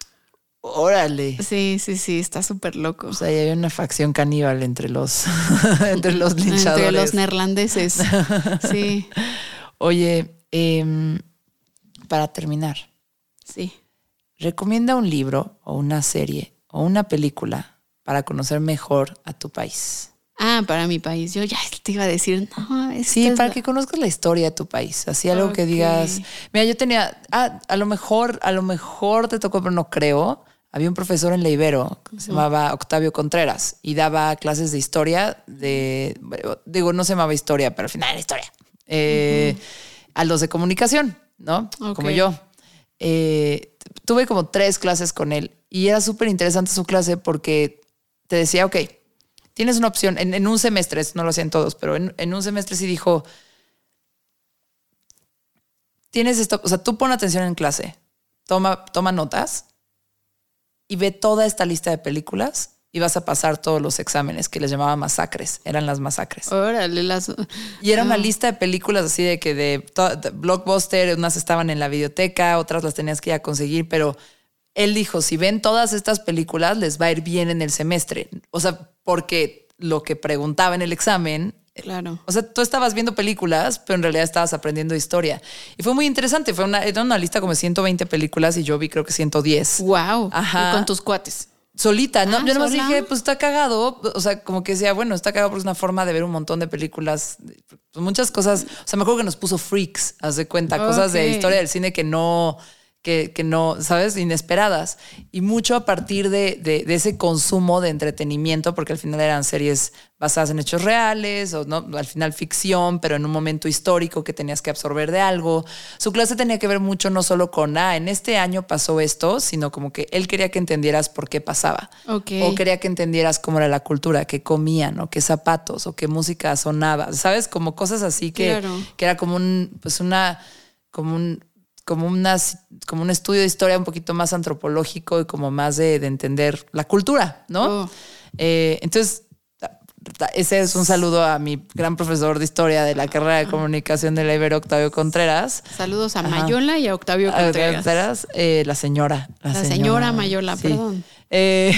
Órale. Sí, sí, sí, está súper loco. O sea, hay una facción caníbal entre los, entre los linchadores. Entre los neerlandeses. Sí. Oye, eh, para terminar, sí. recomienda un libro o una serie o una película para conocer mejor a tu país. Ah, para mi país. Yo ya te iba a decir, no. Sí, para la... que conozcas la historia de tu país. Así algo okay. que digas. Mira, yo tenía, ah, a lo mejor, a lo mejor te tocó, pero no creo. Había un profesor en la Ibero que uh-huh. se llamaba Octavio Contreras y daba clases de historia de, digo, no se llamaba historia, pero al final era historia. Eh, uh-huh. A los de comunicación. ¿No? Okay. Como yo. Eh, tuve como tres clases con él y era súper interesante su clase porque te decía, ok, tienes una opción en, en un semestre, no lo hacían todos, pero en, en un semestre sí dijo, tienes esto, o sea, tú pon atención en clase, toma, toma notas y ve toda esta lista de películas y vas a pasar todos los exámenes que les llamaba masacres. Eran las masacres. Órale, las... Y era una lista de películas así de que de, de Blockbuster, unas estaban en la videoteca, otras las tenías que ir a conseguir, pero él dijo, si ven todas estas películas, les va a ir bien en el semestre. O sea, porque lo que preguntaba en el examen... Claro. O sea, tú estabas viendo películas, pero en realidad estabas aprendiendo historia. Y fue muy interesante. Fue una, era una lista como de ciento veinte películas y yo vi creo que ciento diez. Wow. Ajá. Y con tus cuates. Solita, ¿no? Ah, yo nomás ¿sola? dije, pues está cagado. O sea, como que decía, bueno, está cagado porque es una forma de ver un montón de películas. Pues muchas cosas. O sea, me acuerdo que nos puso freaks, haz de cuenta, okay. Cosas de historia del cine que no... Que, que no, ¿sabes? Inesperadas. Y mucho a partir de, de, de ese consumo de entretenimiento, porque al final eran series basadas en hechos reales, o no, al final ficción, pero en un momento histórico que tenías que absorber de algo. Su clase tenía que ver mucho no solo con, ah, en este año pasó esto, sino como que él quería que entendieras por qué pasaba. Okay. O quería que entendieras cómo era la cultura, qué comían, o qué zapatos, o qué música sonaba. ¿Sabes? Como cosas así que, claro. que era como un, pues una, como un... como, unas, como un estudio de historia un poquito más antropológico y como más de, de entender la cultura, ¿no? Oh. Eh, entonces, ese es un saludo a mi gran profesor de historia de la carrera de comunicación de la Ibero, Octavio Contreras. Saludos a Mayola Ajá. y a Octavio Contreras. Contreras eh, la señora. La, la señora, señora Mayola, sí. perdón. Eh,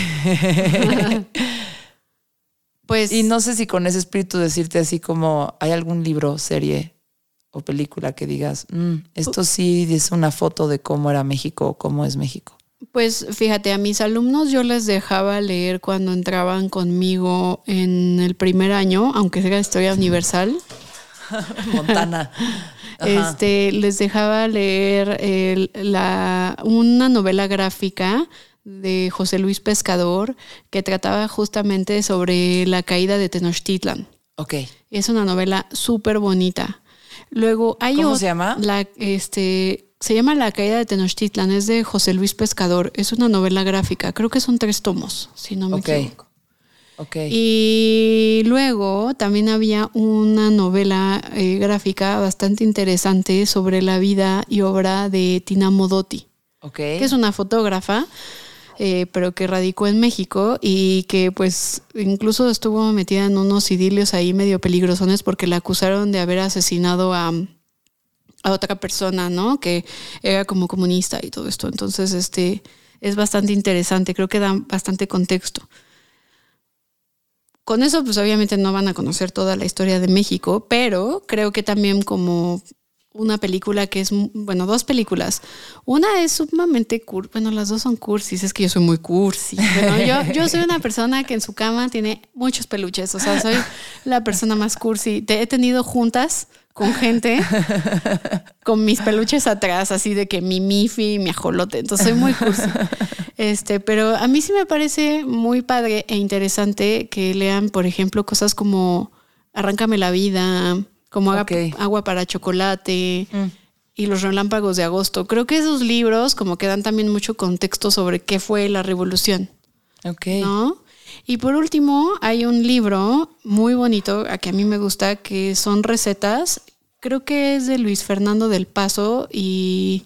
pues. Y no sé si con ese espíritu decirte así como, ¿hay algún libro, serie o película que digas, mm, esto sí es una foto de cómo era México o cómo es México? Pues fíjate, a mis alumnos yo les dejaba leer cuando entraban conmigo en el primer año, aunque sea historia universal. Montana. Este, les dejaba leer el, la, una novela gráfica de José Luis Pescador que trataba justamente sobre la caída de Tenochtitlan. Ok. Es una novela súper bonita. Luego hay ¿Cómo otra, se llama? La, este... Se llama La caída de Tenochtitlan, es de José Luis Pescador, es una novela gráfica, creo que son tres tomos, si no me okay. equivoco. Okay. Y luego también había una novela eh, gráfica bastante interesante sobre la vida y obra de Tina Modotti, okay. que es una fotógrafa, eh, pero que radicó en México y que pues incluso estuvo metida en unos idilios ahí medio peligrosones porque la acusaron de haber asesinado a... a otra persona, ¿no? Que era como comunista y todo esto. Entonces, este, es bastante interesante. Creo que da bastante contexto. Con eso, pues obviamente no van a conocer toda la historia de México, pero creo que también como una película que es, bueno, dos películas. Una es sumamente cursi. Bueno, las dos son cursis. Es que yo soy muy cursi. Bueno, yo, yo soy una persona que en su cama tiene muchos peluches. O sea, soy la persona más cursi. Te he tenido juntas con gente con mis peluches atrás, así de que mi Miffy, mi ajolote. Entonces soy muy cursi. Este, pero a mí sí me parece muy padre e interesante que lean, por ejemplo, cosas como Arráncame la vida, como okay. Agua para chocolate mm. y Los relámpagos de agosto. Creo que esos libros como que dan también mucho contexto sobre qué fue la revolución. Okay. ¿No? Y por último, hay un libro muy bonito, a que a mí me gusta, que son recetas. Creo que es de Luis Fernando del Paso y...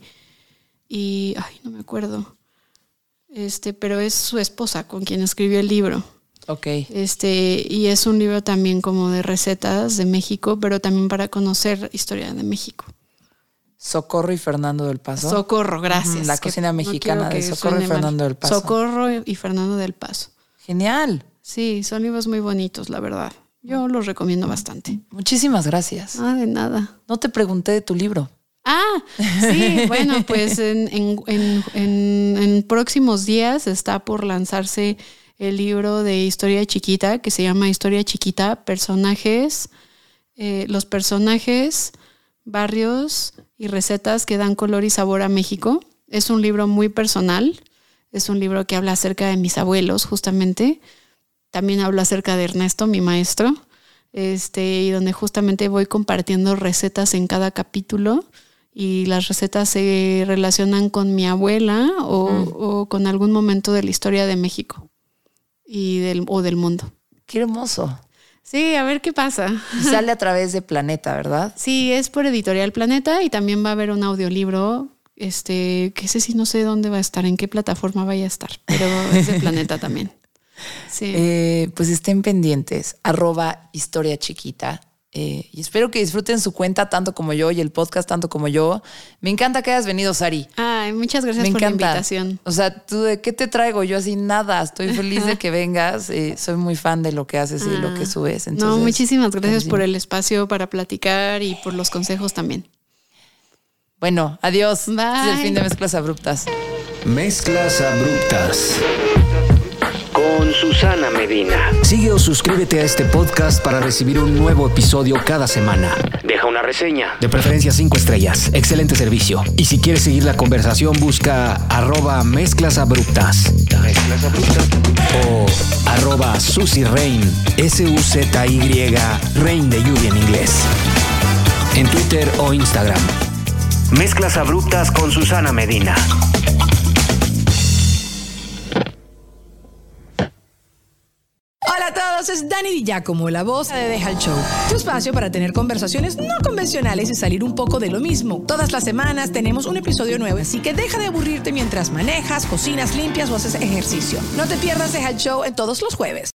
y ay, no me acuerdo. Este, pero es su esposa con quien escribió el libro. Ok. Este, y es un libro también como de recetas de México, pero también para conocer historia de México. Socorro y Fernando del Paso. Socorro, gracias. La cocina mexicana no de Socorro y Fernando mal. del Paso. Socorro y Fernando del Paso. Genial. Sí, son libros muy bonitos, la verdad. Yo los recomiendo bastante. Muchísimas gracias. Ah, de nada. No te pregunté de tu libro. Ah, sí, bueno, pues en, en, en, en, en próximos días está por lanzarse el libro de Historia Chiquita, que se llama Historia Chiquita, personajes, eh, los personajes, barrios y recetas que dan color y sabor a México. Es un libro muy personal. Es un libro que habla acerca de mis abuelos, justamente. También habla acerca de Ernesto, mi maestro. Este, y donde justamente voy compartiendo recetas en cada capítulo. Y las recetas se relacionan con mi abuela o, mm. o con algún momento de la historia de México y del, o del mundo. ¡Qué hermoso! Sí, a ver qué pasa. Sale a través de Planeta, ¿verdad? Sí, es por Editorial Planeta y también va a haber un audiolibro. Este, que ese sí no sé dónde va a estar, en qué plataforma vaya a estar, pero es de Planeta también. Sí. Eh, pues estén pendientes, arroba Historia Chiquita. Eh, y espero que disfruten su cuenta tanto como yo y el podcast tanto como yo. Me encanta que hayas venido, Sari. Ay, muchas gracias Me por encanta. la invitación. O sea, ¿tú de qué te traigo? Yo así nada, estoy feliz de que vengas. Eh, soy muy fan de lo que haces y ah. lo que subes. Entonces, no, muchísimas gracias por el espacio para platicar y por los consejos también. Bueno, adiós. Bye. Este es el fin de Mezclas Abruptas. Mezclas Abruptas con Susana Medina. Sigue o suscríbete a este podcast para recibir un nuevo episodio cada semana. Deja una reseña, de preferencia cinco estrellas. Excelente servicio. Y si quieres seguir la conversación, busca arroba Mezclas Abruptas. Mezclas Abruptas. O arroba Suzy Rain, S U Z Y, Rain de lluvia en inglés. En Twitter o Instagram. Mezclas Abruptas con Susana Medina. Hola a todos, es Dani Di Giacomo, la voz de Deja el Show. Tu espacio para tener conversaciones no convencionales y salir un poco de lo mismo. Todas las semanas tenemos un episodio nuevo, así que deja de aburrirte mientras manejas, cocinas, limpias o haces ejercicio. No te pierdas Deja el Show en todos los jueves.